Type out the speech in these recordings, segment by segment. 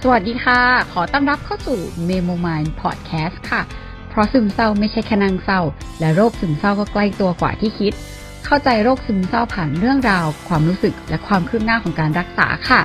สวัสดีค่ะขอต้อนรับเข้าสู่ Memo Mind Podcast ค่ะเพราะซึมเศร้าไม่ใช่แค่นางเศร้าและโรคซึมเศร้าก็ใกล้ตัวกว่าที่คิดเข้าใจโรคซึมเศร้าผ่านเรื่องราวความรู้สึกและความคืบหน้าของการรักษาค่ะ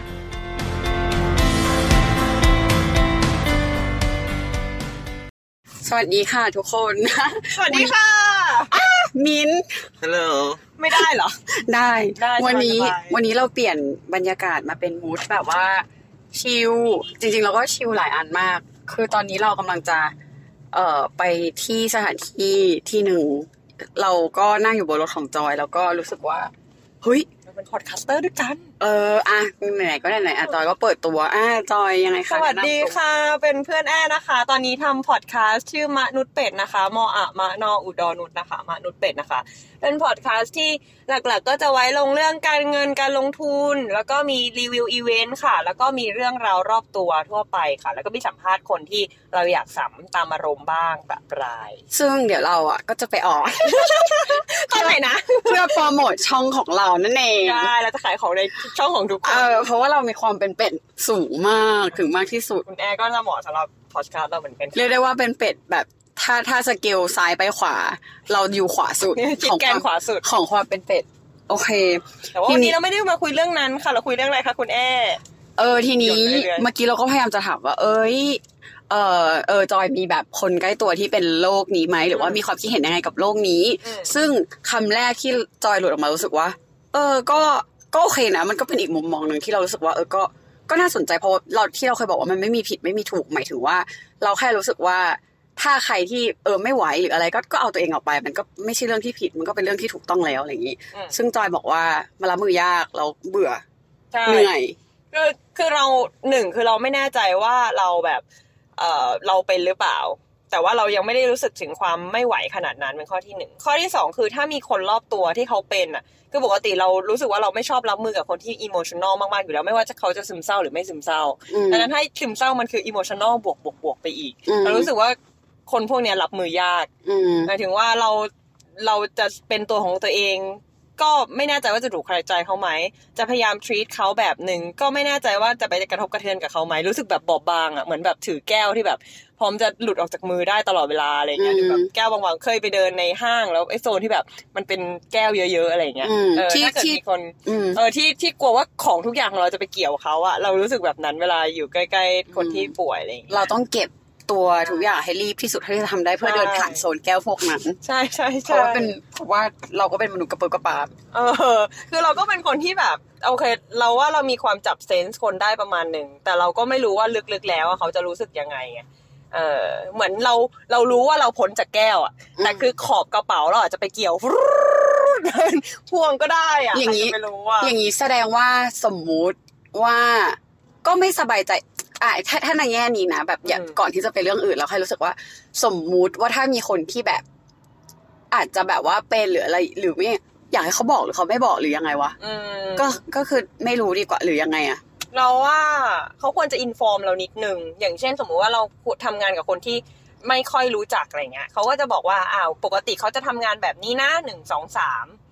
สวัสดีค่ะทุกคนสวัสดีค่ะมิ้น Hello ไม่ได้เหรอได้วันนี้เราเปลี่ยนบรรยากาศมาเป็นมูดแบบว่าชิลจริงๆเราก็ชิลหลายอันมากคือตอนนี้เรากำลังจะไปที่สถานที่หนึ่งเราก็นั่งอยู่บนรถของจอยแล้วก็รู้สึกว่าเฮ้ยเราเป็นพอดแคสเตอร์ด้วยกันไหนก็ไหนจอยก็เปิดตัวจอยยังไงคะสวัสดีค่ะเป็นเพื่อนแอนะคะตอนนี้ทำพอดแคสต์ชื่อมนุษย์เป็ดนะคะมอะมะนออุดรนุชนะคะมนุษย์เป็ดนะคะเป็นพอดแคสต์ที่หลักๆก็จะไว้ลงเรื่องการเงินการลงทุนแล้วก็มีรีวิวอีเวนต์ค่ะแล้วก็มีเรื่องราวรอบตัวทั่วไปค่ะแล้วก็มีสัมภาษณ์คนที่เราอยากสัมตามอารมณ์บ้างแบบปลายซึ่งเดี๋ยวเราก็จะไปออกตอนไหนนะเพื่อโปรโมทช่องของเรานั่นเองใช่เราจะขายของในช่องของทุกคนเพราะว่าเรามีความเป็นเป็ดสูงมากถึงมากที่สุดคุณแอร์ก็จะเหมาะสำหรับพอดแคสต์เราเหมือนกันเรียกได้ว่าเป็นเป็ดแบบถ้าสเกลซ้ายไปขวาเราอยู่ขวาสุดของแกนขวาสุดของความเป็นเป็ดโอเคแต่ว่าวันนี้เราไม่ได้มาคุยเรื่องนั้นค่ะเราคุยเรื่องอะไรคะคุณแอร์ทีนี้เมื่อกี้เราก็พยายามจะถามว่าจอยมีแบบคนใกล้ตัวที่เป็นโรคนี้ไหมหรือว่ามีความคิดเห็นยังไงกับโรคนี้ซึ่งคำแรกที่จอยหลุดออกมารู้สึกว่าก็โอเคนะมันก็เป็นอีกมุมมองนึงที่เรารู้สึกว่าก็น่าสนใจเพราะเราเคยบอกว่ามันไม่มีผิดไม่มีถูกหมายถึงว่าเราแค่รู้สึกว่าถ้าใครที่ไม่ไหวหรืออะไรก็เอาตัวเองออกไปมันก็ไม่ใช่เรื่องที่ผิดมันก็เป็นเรื่องที่ถูกต้องแล้วอะไรอย่างนี้ซึ่งจอยบอกว่ามารับมือยากเราเบื่อเหนื่อยคือเราคือเราไม่แน่ใจว่าเราแบบเราเป็นหรือเปล่าแต่ว่าเรายังไม่ได้รู้สึกถึงความไม่ไหวขนาดนั้นเป็นข้อที่1ข้อที่2คือถ้ามีคนรอบตัวที่เขาเป็นคือปกติเรารู้สึกว่าเราไม่ชอบรับมือกับคนที่อิโมชันนอลมากๆอยู่แล้วไม่ว่าเขาจะซึมเศร้าหรือไม่ซึมเศร้าดังนั้นให้ซึมเศร้ามันคืออิโมชันนอลบวกไปอีกเรารู้สึกว่าคนพวกนี้รับมือยากหมายถึงว่าเราจะเป็นตัวของตัวเองก็ไม่แน่ใจว่าจะถูกใครใจเขาไหมจะพยายาม treat เขาแบบนึงก็ไม่แน่ใจว่าจะไปกระทบกระเทือนกับเขาไหมรู้สึกแบบบอบบางเหมือนแบบถือแก้วที่แบบพร้อมจะหลุดออกจากมือได้ตลอดเวลาอะไรเงี้ยหรือแบบแก้วบางๆเคยไปเดินในห้างแล้วไอ้โซนที่แบบมันเป็นแก้วเยอะๆอะไรเงี้ยถ้าเกิดมีคนที่กลัวว่าของทุกอย่างของเราจะไปเกี่ยวเขาเรารู้สึกแบบนั้นเวลาอยู่ใกล้ๆคนที่ป่วยอะไรเงี้ยเราต้องเก็บตัวทุกอย่างให้รีบที่สุดเท่าที่จะทำได้เพื่อเดินผ่านโซนแก้วพวกนั้นใช่เพราะว่าเราก็เป็นมนุษย์กระเปิดกระปาบคือเราก็เป็นคนที่แบบโอเคเราว่าเรามีความจับเซนส์คนได้ประมาณนึงแต่เราก็ไม่รู้ว่าลึกๆแล้วเขาจะรู้สึกยังไงเหมือนเรารู้ว่าเราพ้นจากแก้วแต่คือขอบกระเป๋าเราอาจจะไปเกี่ยวพวงก็ได้อย่างนี้แสดงว่าสมมุติว่าก็ไม่สบายใจถ้าในแง่นี้นะแบบก่อนที่จะไปเรื่องอื่นเราแค่รู้สึกว่าสมมุติว่าถ้ามีคนที่แบบอาจจะแบบว่าเป็นหรืออะไรหรือไม่อยากให้เขาบอกหรือเขาไม่บอกหรือยังไงวะก็คือไม่รู้ดีกว่าหรือยังไงเราว่าเขาควรจะอินฟอร์มเรานิดนึงอย่างเช่นสมมุติว่าเราทำงานกับคนที่ไม่ค่อยรู้จักอะไรเงี้ยเขาก็จะบอกว่าปกติเขาจะทำงานแบบนี้นะ1 2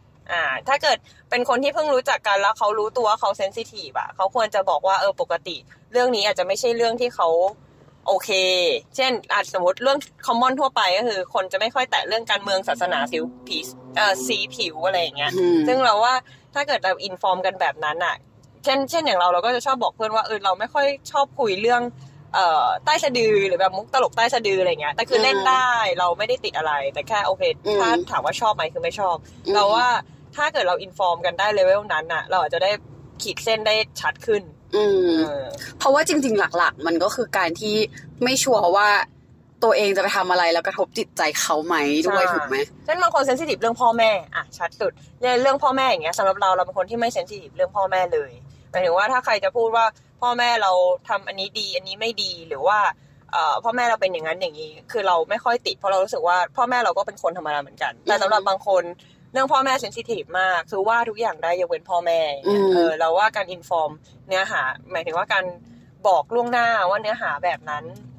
3ถ้าเกิดเป็นคนที่เพิ่งรู้จักกันแล้วเขารู้ตัวว่าเขาเซนซิทีฟเขาควรจะบอกว่าปกติเรื่องนี้อาจจะไม่ใช่เรื่องที่เขาโอเคเช่นสมมติเรื่องคอมมอนทั่วไปก็คือคนจะไม่ค่อยแตะเรื่องการเมืองศาสนาสีผิวอะไรอย่างเงี้ยซึ่งเราว่าถ้าเกิดเราอินฟอร์มกันแบบนั้นเช่นอย่างเราก็จะชอบบอกเพื่อนว่าเราไม่ค่อยชอบคุยเรื่องใต้สะดือหรือแบบมุกตลกใต้สะดืออะไรเงี้ยแต่คือเล่นได้เราไม่ได้ติดอะไรแต่แค่โอเคถ้าถามว่าชอบไหมคือไม่ชอบเราว่าถ้าเกิดเราอินฟอร์มกันได้เลเวลนั้นเราอาจจะได้ขีดเส้นได้ชัดขึ้นเพราะว่าจริงๆหลักๆมันก็คือการที่ไม่ชัวร์ว่าตัวเองจะไปทำอะไรแล้วกระทบจิตใจเขาไหมด้วยถูกไหมเช่นบางคนเซนซิทีฟเรื่องพ่อแม่ชัดสุดเรื่องพ่อแม่อย่างเงี้ยสำหรับเราเป็นคนที่ไม่เซนซิทีฟเรื่องพ่อแม่เลยหมายถึงว่าถ้าใครจะพูดว่าพ่อแม่เราทำอันนี้ดีอันนี้ไม่ดีหรือว่าพ่อแม่เราเป็นอย่างนั้นอย่างนี้คือเราไม่ค่อยติดเพราะเรารู้สึกว่าพ่อแม่เราก็เป็นคนธรรมดาเหมือนกันแต่สำหรับบางคนเรื่องพ่อแม่เซนซิทีฟมากคือว่าทุกอย่างได้ยกเว้นพ่อแม่เราว่าการอินฟอร์มเนื้อหาหมายถึงว่าการบอกล่วงหน้าว่าเนื้อหาแบบนั้น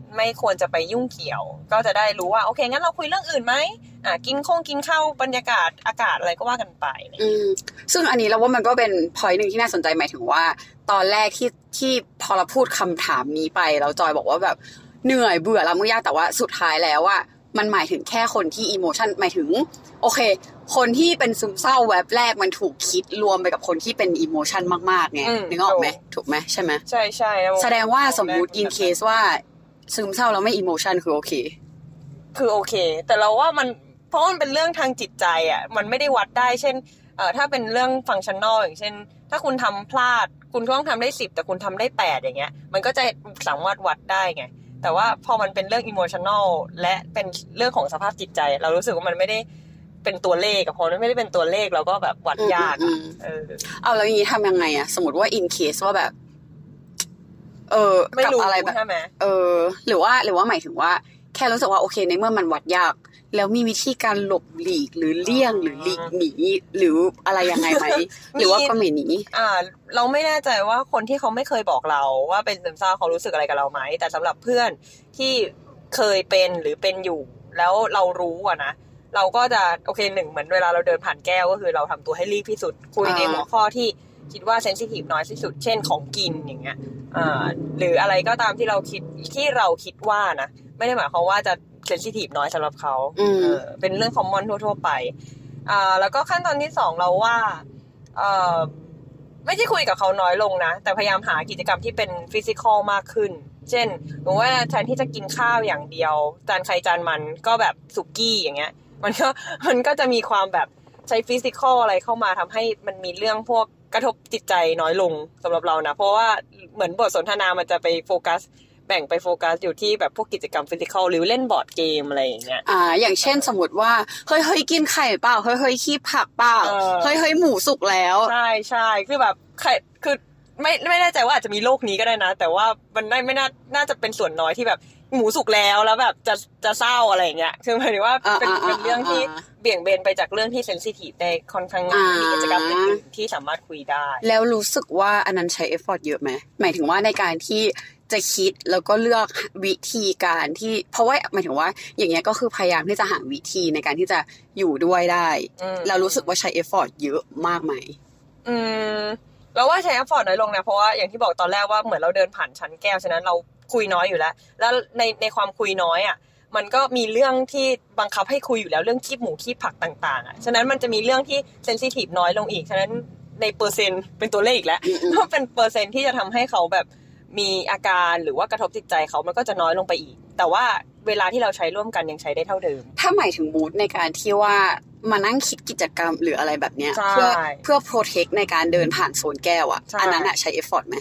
ไม่ควรจะไปยุ่งเกี่ยวก็จะได้รู้ว่าโอเคงั้นเราคุยเรื่องอื่นไหมกินข้าวบรรยากาศอากาศอะไรก็ว่ากันไปซึ่งอันนี้เราว่ามันก็เป็น point นึงที่น่าสนใจหมายถึงว่าตอนแรกที่พอเราพูดคำถามนี้ไปแล้วจอยบอกว่าแบบเหนื่อยเบื่อแล้วมันยากแต่ว่าสุดท้ายแล้วอะมันหมายถึงแค่คนที่อีโมชันหมายถึงโอเคคนที่เป็นซึมเศร้าแวบแรกมันถูกคิดรวมไปกับคนที่เป็นอีโมชันมากๆไงนึกออกไหมถูกไหมใช่ไหมใช่แสดงว่าสมมุติอินเคสว่าซึมเศร้าแล้วไม่อีโมชันคือโอเคแต่เราว่ามันเพราะมันเป็นเรื่องทางจิตใจอ่ะมันไม่ได้วัดได้เช่นถ้าเป็นเรื่องฟังก์ชันนอลอย่างเช่นถ้าคุณทำพลาดคุณต้องทำได้10แต่คุณทำได้8อย่างเงี้ยมันก็จะสามารถวัดได้ไงแต่ว่าพอมันเป็นเรื่องอิโมชันนอลและเป็นเรื่องของสภาพจิตใจเรารู้สึกว่ามันไม่ได้เป็นตัวเลขพอมันไม่ได้เป็นตัวเลขเราก็แบบวัดยากเอาแล้วอย่างนี้ทำยังไงอะสมมติว่าอินเคสว่าแบบไม่รู้อะไรแบบใช่ไหมหรือว่าหมายถึงว่าแค่รู้สึกว่าโอเคในเมื่อมันวัดยากแล้วมีวิธีการหลบหลีกหรือเลี่ยงหรือหลีกหนีหรืออะไรยังไงไหม หรือว่าก็ไม่หนีเราไม่แน่ใจว่าคนที่เขาไม่เคยบอกเราว่าเป็นซึมเศร้าเขารู้สึกอะไรกับเราไหมแต่สำหรับเพื่อนที่เคยเป็นหรือเป็นอยู่แล้วเรารู้อะนะเราก็จะโอเค1เหมือนเวลาเราเดินผ่านแก้วก็คือเราทำตัวให้รีบที่สุดคุยในหัวข้อที่คิดว่าเซนซิทีฟน้อยที่สุดเช่นของกินอย่างเงี้ยหรืออะไรก็ตามที่เราคิดว่านะไม่ได้หมายความว่าจะเซนซิทีฟน้อยสำหรับเขาเป็นเรื่องคอมมอนทั่วๆไปแล้วก็ขั้นตอนที่2เราว่าไม่ใช่คุยกับเขาน้อยลงนะแต่พยายามหากิจกรรมที่เป็นฟิสิกอลมากขึ้นเช่นหนูว่าแทนที่จะกินข้าวอย่างเดียวจานใครจานมันก็แบบสุกี้อย่างเงี้ยมันก็จะมีความแบบใช้ฟิสิกอลอะไรเข้ามาทำให้มันมีเรื่องพวกกระทบจิตใจน้อยลงสำหรับเรานะเพราะว่าเหมือนบทสนทนามันจะไปโฟกัสแบ่งไปโฟกัสอยู่ที่แบบพวกกิจกรรมฟิสิกอลหรือเล่นบอร์ดเกมอะไรอย่างเงี้ยอย่างเช่นสมมติว่าเฮ้ยกินไข่เปล่าเฮ้ยขี้ผักเปล่าเฮ้ยหมูสุกแล้วใช่คือแบบไข่คือไม่แน่ใจว่าอาจจะมีโรคนี้ก็ได้นะแต่ว่ามันไม่น่าจะเป็นส่วนน้อยที่แบบหมูสุกแล้วแบบจะเศร้าอะไรอย่างเงี้ยคือหมายถึงว่าเป็นเรื่องที่เบี่ยงเบนไปจากเรื่องที่เซนซิทีฟได้ค่อนข้างมีกิจกรรมอื่นที่สามารถคุยได้แล้วรู้สึกว่าอันนั้นใช้เอฟฟอร์ตเยอะไหมหมายถึงว่าในการที่จะคิดแล้วก็เลือกวิธีการที่เพราะว่าหมายถึงว่าอย่างเงี้ยก็คือพยายามที่จะหาวิธีในการที่จะอยู่ด้วยได้แล้วรู้สึกว่าใช้เอฟฟอร์ตเยอะมากไหมเราว่าใช้เอฟฟอร์ตน้อยลงนะเพราะว่าอย่างที่บอกตอนแรกว่าเหมือนเราเดินผ่านชั้นแก้วฉะนั้นเราคุยน้อยอยู่แล้วในความคุยน้อยอ่ะมันก็มีเรื่องที่บังคับให้คุยอยู่แล้วเรื่องคีบหมูคีบผักต่างๆอ่ะฉะนั้นมันจะมีเรื่องที่เซนซิทีฟน้อยลงอีกฉะนั้นในเปอร์เซ็นต์เป็นตัวเลขอีกแล้วก็เป็นเปอร์เซ็นต์ที่จะทำให้เขาแบบมีอาการหรือว่ากระทบจิตใจเขามันก็จะน้อยลงไปอีกแต่ว่าเวลาที่เราใช้ร่วมกันยังใช้ได้เท่าเดิมถ้าหมายถึงมูดในการที่ว่ามานั่งคิดกิจกรรมหรืออะไรแบบเนี้ยเพื่อโปรเทคในการเดินผ่านโซนแก้วอ่ะอันนั้นอ่ะใช้เอฟฟอร์ตไหม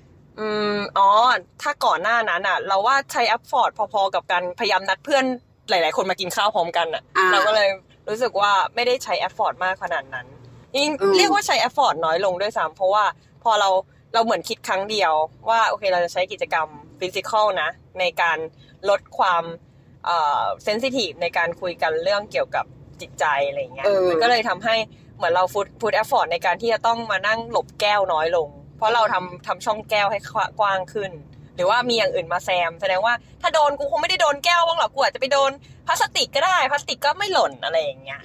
ถ้าก่อนหน้านั้นอ่ะเราว่าใช้เอฟฟอร์ตพอๆกับการพยายามนัดเพื่อนหลายๆคนมากินข้าวพร้อมกันอ่ะเราก็เลยรู้สึกว่าไม่ได้ใช้เอฟฟอร์ตมากขนาดนั้นยิ่งเรียกว่าใช้เอฟฟอร์ตน้อยลงด้วยซ้ำเพราะว่าพอเราเหมือนคิดครั้งเดียวว่าโอเคเราจะใช้กิจกรรมฟิสิกอลนะในการลดความเซนซิทีฟในการคุยกันเรื่องเกี่ยวกับจิตใจอะไรเงี้ยมันก็เลยทำให้เหมือนเราพุทเอฟฟอร์ตในการที่จะต้องมานั่งหลบแก้วน้อยลงเพราะเราทำช่องแก้วให้กว้างขึ้นหรือว่ามีอย่างอื่นมาแซมแสดงว่าถ้าโดนกูคงไม่ได้โดนแก้วบ้างหรอกกูอาจจะไปโดนพลาสติกก็ได้พลาสติกก็ไม่หล่นอะไรอย่างเงี้ย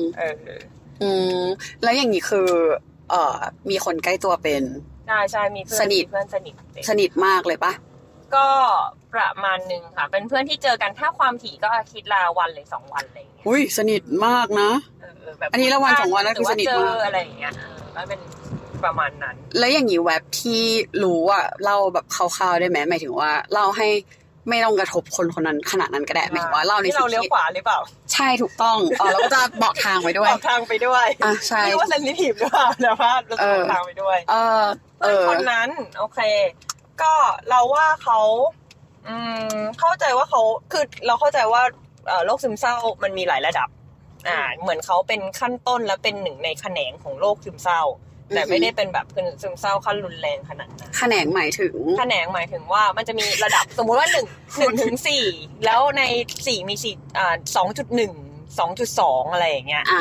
แล้วอย่างนี้คือมีคนใกล้ตัวเป็นใช่มีเพื่อนสนิทมากเลยปะก็ประมาณนึงค่ะเป็นเพื่อนที่เจอกันถ้าความถี่ก็อาทิตย์ละวันหรือ2วันอะไรอย่างเงี้ยอุ้ยสนิทมากนะอันนี้ละวัน2วันแล้วคือสนิทมากอะไรอย่างเงี้ยแล้วเป็นประมาณนั้นแล้วอย่างนี้เว็บที่รู้อ่ะเล่าแบบคร่าวๆได้ไหมหมายถึงว่าเล่าให้ไม่ต้องกระทบคนนั้นขนาดนั้นก็ได้หมายถึงว่าเล่าในสิ่งที่เราเลี้ยวขวาหรือเปล่าใช่ถูกต้องแล้วก็จะบอกทางไปด้วยบอกทางไปด้วยใช่ไม่ว่าเซนซิทีฟหรือเปล่าแต่ว่าเราจะบอกทางไปด้วยคนนั้นโอเคก็เราว่าเขาเข้าใจว่าเขาคือเราเข้าใจว่าโรคซึมเศร้ามันมีหลายระดับเหมือนเขาเป็นขั้นต้นและเป็นหนึ่งในแขนงของโรคซึมเศร้าแต่ไม่ได้เป็นแบบซึมเศร้าขั้นรุนแรงขนาดนั้นแขนงหมายถึงว่ามันจะมีระดับสมมุติว่า1ถึง4แล้วใน4มี2.1 2.2 อะไรอย่างเงี้ย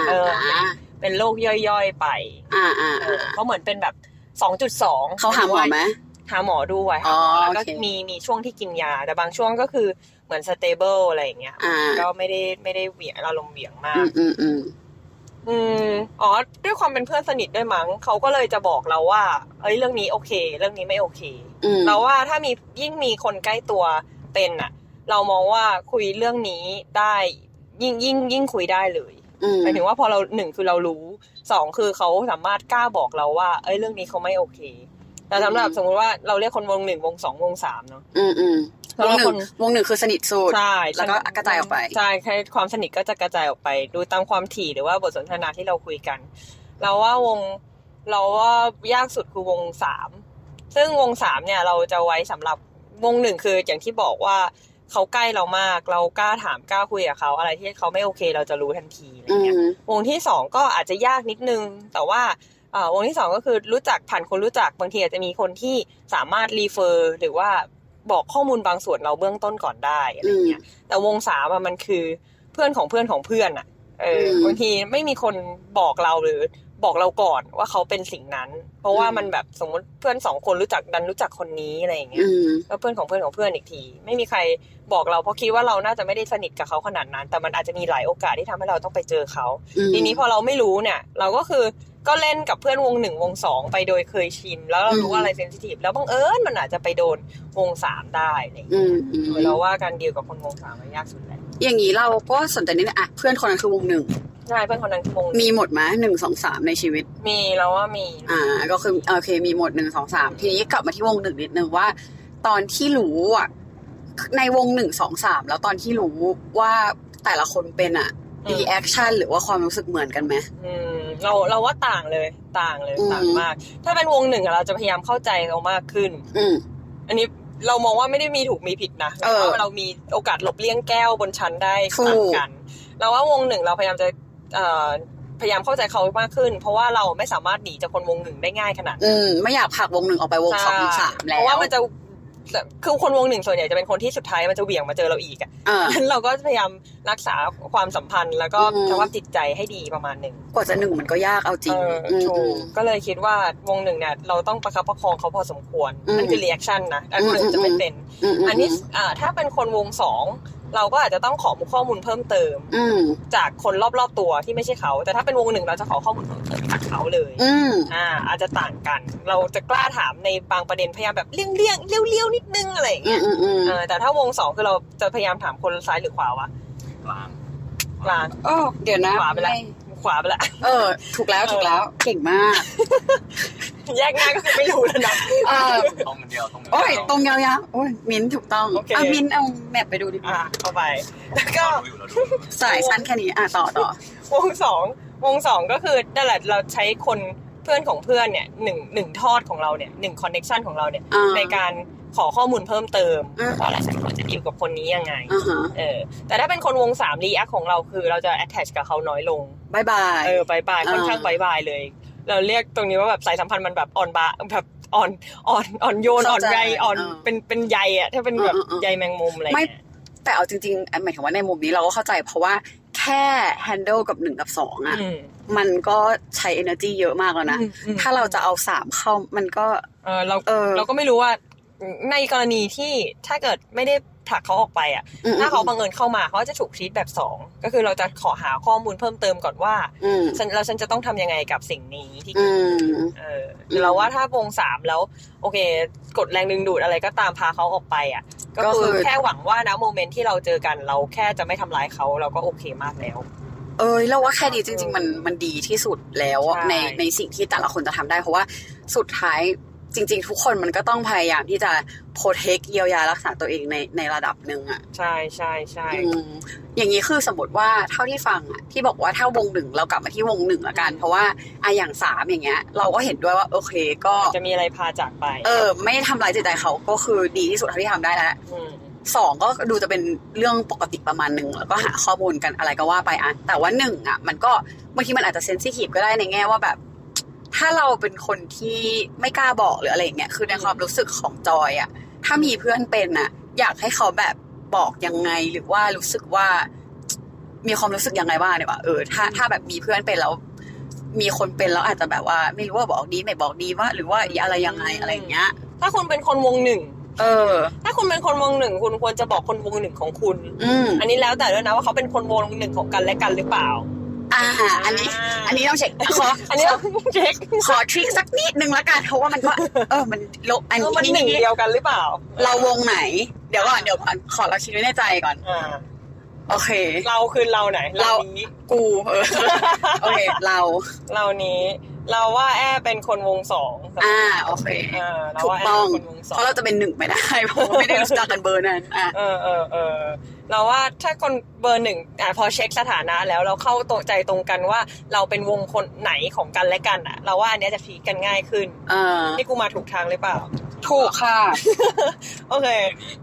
เป็นโรคย่อยๆไปเขาเหมือนเป็นแบบ 2.2 เขาหาหมอไหมหาหมอด้วยแล้วก็มีช่วงที่กินยาแต่บางช่วงก็คือเหมือนสเตเบิลอะไรอย่างเงี้ยก็ไม่ได้เหวี่ยงอารมณ์เหวี่ยงมากด้วยความเป็นเพื่อนสนิทด้วยมั้งเขาก็เลยจะบอกเราว่าเรื่องนี้โอเคเรื่องนี้ไม่โอเคเราว่าถ้ายิ่งมีคนใกล้ตัวเป็นอ่ะเรามองว่าคุยเรื่องนี้ได้ยิ่งคุยได้เลยหมายถึงว่าพอเรา1คือเรารู้2คือเขาสามารถกล้าบอกเราว่าเรื่องนี้เขาไม่โอเคแต่สำหรับสมมติว่าเราเรียกคนวง1วง2วง3เนาะวงหนึ่งคือสนิทสุดใช่แล้วก็กระจายออกไปใช่แค่ความสนิทก็จะกระจายออกไปดูตามความถี่หรือว่าบทสนทนาที่เราคุยกันเราว่ายากสุดคือวง3ซึ่งวง3เนี่ยเราจะไว้สำหรับวง1คืออย่างที่บอกว่าเขาใกล้เรามากเรากล้าถามกล้าคุยกับเขาอะไรที่เขาไม่โอเคเราจะรู้ทันทีอะไรเงี้ยวงที่2ก็อาจจะยากนิดนึงแต่ว่าวงที่2ก็คือรู้จักผ่านคนรู้จักบางทีอาจจะมีคนที่สามารถรีเฟอร์หรือว่าบอกข้อมูลบางส่วนเราเบื้องต้นก่อนได้อะไรเงี้ยแต่วง3มันคือเพื่อนของเพื่อนของเพื่อนอ่ะบางทีไม่มีคนบอกเราหรือบอกเราก่อนว่าเขาเป็นสิ่งนั้นเพราะว่ามันแบบสมมติเพื่อน2คนรู้จักคนนี้อะไรอย่างเงี้ยแล้วเพื่อนของเพื่อนของเพื่อนอีกทีไม่มีใครบอกเราเพราะคิดว่าเราน่าจะไม่ได้สนิทกับเขาขนาดนั้นแต่มันอาจจะมีหลายโอกาสที่ทำให้เราต้องไปเจอเขาทีนี้พอเราไม่รู้เนี่ยเราก็เล่นกับเพื่อนวง1วง2ไปโดยเคยชินแล้วเรารู้ว่าอะไรเซนซิทีฟแล้วบังเอิญมันอาจจะไปโดนวง3ได้อะไรอย่างเงี้ยเราว่าการดีลกับคนวง3มันยากสุดแหละอย่างนี้เราก็สนใจนิดนึงเพื่อนคนนั้นคือวง1 ใช่เพื่อนคนนั้นคือวงมีหมดมั้ย1 2 3ในชีวิตมีเราว่ามีก็คือโอเคมีหมด1 2 3ทีนี้กลับมาที่วง1นิดนึงว่าตอนที่รู้ในวง1 2 3แล้วตอนที่รู้ว่าแต่ละคนเป็นreaction หรือว่าความรู้สึกเหมือนกันไหมเราว่าต่างเลยต่างมากถ้าเป็นวง1เราจะพยายามเข้าใจเขามากขึ้นอันนี้เรามองว่าไม่ได้มีถูกมีผิดนะเพราะเรามีโอกาสหลบเลี่ยงแก้วบนชั้นได้ต่างกันเราว่าวง1เราพยายามจะพยายามเข้าใจเขามากขึ้นเพราะว่าเราไม่สามารถหนีจากคนวง1ได้ง่ายขนาดไม่อยากผลักวง1ออกไปวง2 3แล้วเพราะว่ามันจะคือคนวง1ส่วนใหญ่จะเป็นคนที่สุดท้ายมันจะเหวี่ยงมาเจอเราอีกงั้นเราก็พยายามรักษาความสัมพันธ์แล้วก็สภาพจิตใจให้ดีประมาณนึงกว่าจะ1มันก็ยากเอาจริงก็เลยคิดว่าวง1เนี่ยเราต้องประคับประคองเขาพอสมควรนั่นคือ reaction นะอันนึงจะไม่เป็นอันนี้ถ้าเป็นคนวง2เราก็อาจจะต้องขอข้อมูลเพิ่มเติมจากคนรอบๆตัวที่ไม่ใช่เขาแต่ถ้าเป็นวง1เราจะขอข้อมูลเพิ่มเติมจากเขาเลยอาจจะต่างกันเราจะกล้าถามในบางประเด็นพยายามแบบเลี่ยงเลี้ยวนิดนึงอะไรอย่างเงี้ยแต่ถ้าวง2คือเราจะพยายามถามคนซ้ายหรือขวาวะกลางเดี๋ยวนะขวาไปละถูกแล้วเก่งมากแยกง่ายก็คือไม่รู้แล้วนะตรงเดียวตรงยาวๆมิ้นถูกต้องมิ้นเอาแมปไปดูดิเข้าไปแล้วก็สายชั้นแค่นี้ต่อวง2ก็คือนั่นแหละเราใช้คนเพื่อนของเพื่อนเนี่ย1ทอดของเราเนี่ย1คอนเนคชั่นของเราเนี่ยในการขอข้อมูลเพิ่มเติมว่าเราจะดีลกับคนนี้ยังไงแต่ถ้าเป็นคนวง3รีแอคของเราคือเราจะ attach กับเขาน้อยลงบายบายค่อนข้างบายเลยเราเรียกตรงนี้ว่าแบบสายสัมพันธ์มันแบบอ่อนแบบอ่อนโยนอ่อนใยอ่อนเป็นใยถ้าเป็นแบบใยแมงมุมอะไรไม่แต่เอาจริงๆหมายถึงว่าในมุมนี้เราก็เข้าใจเพราะว่าแค่ handle กับ1กับ2มันก็ใช้ energy เยอะมากแล้วนะถ้าเราจะเอา3เข้ามันก็เราก็ไม่รู้ว่าในกรณีที่ถ้าเกิดไม่ได้ผลักเขาออกไปถ้าเขาบังเอิญเข้ามาเขาจะถูกทรีตแบบ2ก็คือเราจะขอหาข้อมูลเพิ่มเติมก่อนว่าฉันจะต้องทำยังไงกับสิ่งนี้ที่เกิดเราว่าถ้าวง3แล้วโอเคกดแรงดึงดูดอะไรก็ตามพาเขาออกไปก็คือแค่หวังว่านะโมเมนต์ที่เราเจอกันเราแค่จะไม่ทำร้ายเขาเราก็โอเคมากแล้วเราว่าแค่นี้จริงๆมันดีที่สุดแล้วในสิ่งที่แต่ละคนจะทำได้เพราะว่าสุดท้ายจริงๆทุกคนมันก็ต้องพยายามที่จะโปรเทคเยียวยารักษาตัวเองในระดับนึงใช่อย่างนี้คือสมมติว่าเท่าที่ฟังที่บอกว่าถ้าวง1เรากลับมาที่วง1ละกันเพราะว่าอย่าง3อย่างเงี้ยเราก็เห็นด้วยว่าโอเคก็จะมีอะไรพาจากไปไม่ทำร้ายจิตใจเขาก็คือดีที่สุดเท่าที่ทำได้แล้ว2ก็ดูจะเป็นเรื่องปกติประมาณนึงแล้วก็หาข้อมูลกันอะไรก็ว่าไปแต่ว่า1มันก็บางทีมันอาจจะเซนซิทีฟก็ได้ในแง่ว่าแบบถ้าเราเป็นคนที่ไม่กล้าบอกหรืออะไรอย่างเงี้ยคือในความรู้สึกของจอยถ้ามีเพื่อนเป็นอยากให้เขาแบบบอกยังไงหรือว่ารู้สึกว่ามีความรู้สึกยังไงบ้างเนี่ยว่าถ้าแบบมีเพื่อนเป็นแล้วมีคนเป็นแล้วอาจจะแบบว่าไม่รู้ว่าบอกดีไม่บอกดีว่าหรือว่าอะไรยังไงอะไรอย่างเงี้ยถ้าคุณเป็นคนวงหนึ่งถ้าคุณเป็นคนวงหนึ่งคุณควรจะบอกคนวงหนึ่งของคุณอันนี้แล้วแต่ด้วยนะว่าเขาเป็นคนวงหนึ่งของกันและกันหรือเปล่าอันนี้ต้องเช็คอันนี้ต้องเช็คขอทริคสักนิดนึงละกันเพราะว่ามันก็มันลบอันนี้มันหนึ่งเดียวกันหรือเปล่าเราวงไหนเดี๋ยวก่อนขอเราคิดไว้ในใจก่อนโอเคเราคือเราไหนเรานี้กูโอเคเรานี้เราว่าแอเป็นคนวงสองโอเคถูกต้องเพราะเราจะเป็นหนึ่งไม่ได้เพราะไม่ได้รู้จักกันเบอร์นั้นเราว่าถ้าคนเบอร์หนึ่งพอเช็คสถานะแล้วเราเข้าใจตรงกันว่าเราเป็นวงคนไหนของกันและกันเราว่าอันนี้จะพีกันง่ายขึ้นนี่กูมาถูกทางหรือเปล่าถูกค่ะโอเค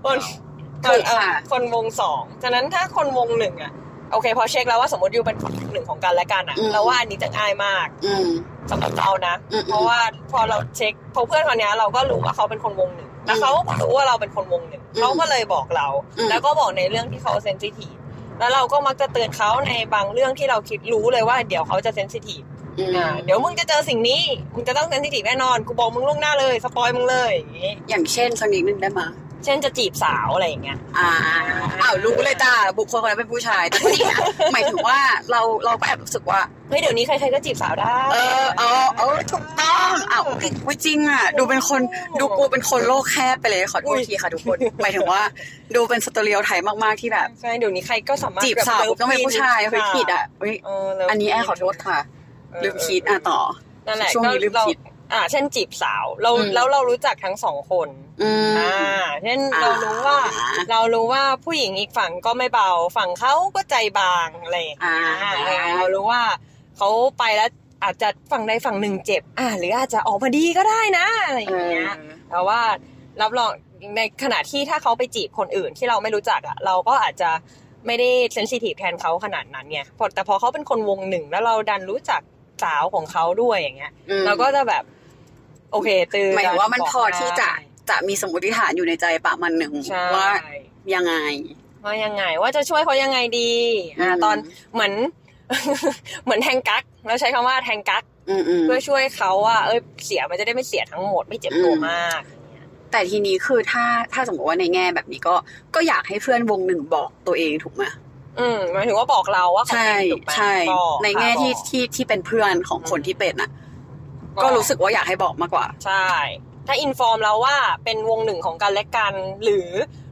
คนวงสองฉะนั้นถ้าคนวงหนึ่งโอเคพอเช็คแล้วว่าสมมติอยู่เป็นหนึ่งของกันและกันเราว่าอันนี้จะง่ายมากสำหรับเรานะเพราะว่าพอเราเช็คพอเพื่อนคนนี้เราก็รู้ว่าเขาเป็นคนวงหนึ่งแล้วเขารู้ว่าเราเป็นคนวงหนึ่งเขาก็เลยบอกเราแล้วก็บอกในเรื่องที่เขาเซนซิทีฟแล้วเราก็มักจะเตือนเขาในบางเรื่องที่เราคิดรู้เลยว่าเดี๋ยวเขาจะเซนซิทีฟเดี๋ยวมึงจะเจอสิ่งนี้มึงจะต้องเซนซิทีฟแน่นอนกูบอกมึงล่วงหน้าเลยสปอยมึงเลยอย่างเช่นสักนิดนึงได้ไหมเช่นจะจีบสาวอะไรอย่างเงี้ยรู้เลยจ้าบุคคลคนนั้นเป็นผู้ชายแต่ที่นี่หมายถึงว่าเราก็แอบรู้สึกว่าเฮ้ยเดี๋ยวนี้ใครๆก็จีบสาวได้ถูกต้องจริงดูเป็นคนดูกูเป็นคนโลกแคบไปเลยขอโทษทีค่ะทุกคนหมายถึงว่าดูเป็นสเตอริโอไทป์มากๆที่แบบใช่เดี๋ยวนี้ใครก็สามารถจีบสาวต้องเป็นผู้ชายไม่ผิดอันนี้แอบขอโทษค่ะลืมคิดต่อนั่นแหละช่วงนี้ลืมคิดเช่นจีบสาวแล้วเรารู้จักทั้งสองคนเช่นเรารู้ว่าผู้หญิงอีกฝั่งก็ไม่เบาฝั่งเขาก็ใจบางอะไรเรารู้ว่าเขาไปแล้วอาจจะฝั่งใดฝั่งหนึ่งเจ็บหรืออาจจะออกมาดีก็ได้นะอะไรอย่างเงี้ยแต่ว่ารับรองในขณะที่ถ้าเขาไปจีบคนอื่นที่เราไม่รู้จักเราก็อาจจะไม่ได้เซนซิทีฟแทนเขาขนาดนั้นไงแต่พอเขาเป็นคนวงหนึ่งแล้วเราดันรู้จักสาวของเขาด้วยอย่างเงี้ยเราก็จะแบบโอเคตื่นหมายถึงว่ามันพอที่จะมีสมมติฐานอยู่ในใจปะมันหนึ่งว่ายังไงว่าจะช่วยเขายังไงดีตอนเหมือนแทงกั๊กเราใช้คำว่าแทงกั๊กเพื่อช่วยเขาว่าเสียมันจะได้ไม่เสียทั้งหมดไม่เจ็บตัวมากแต่ทีนี้คือถ้าสมมติว่าในแง่แบบนี้ก็อยากให้เพื่อนวงหนึ่งบอกตัวเองถูกไหมหมายถึงว่าบอกเราว่าใช่ในแง่ที่เป็นเพื่อนของคนที่เป็นก็รู้สึกว่าอยากให้บอกมากกว่าใช่ถ้าอินฟอร์มเราว่าเป็นวงหนึ่งของกันและกันหรือ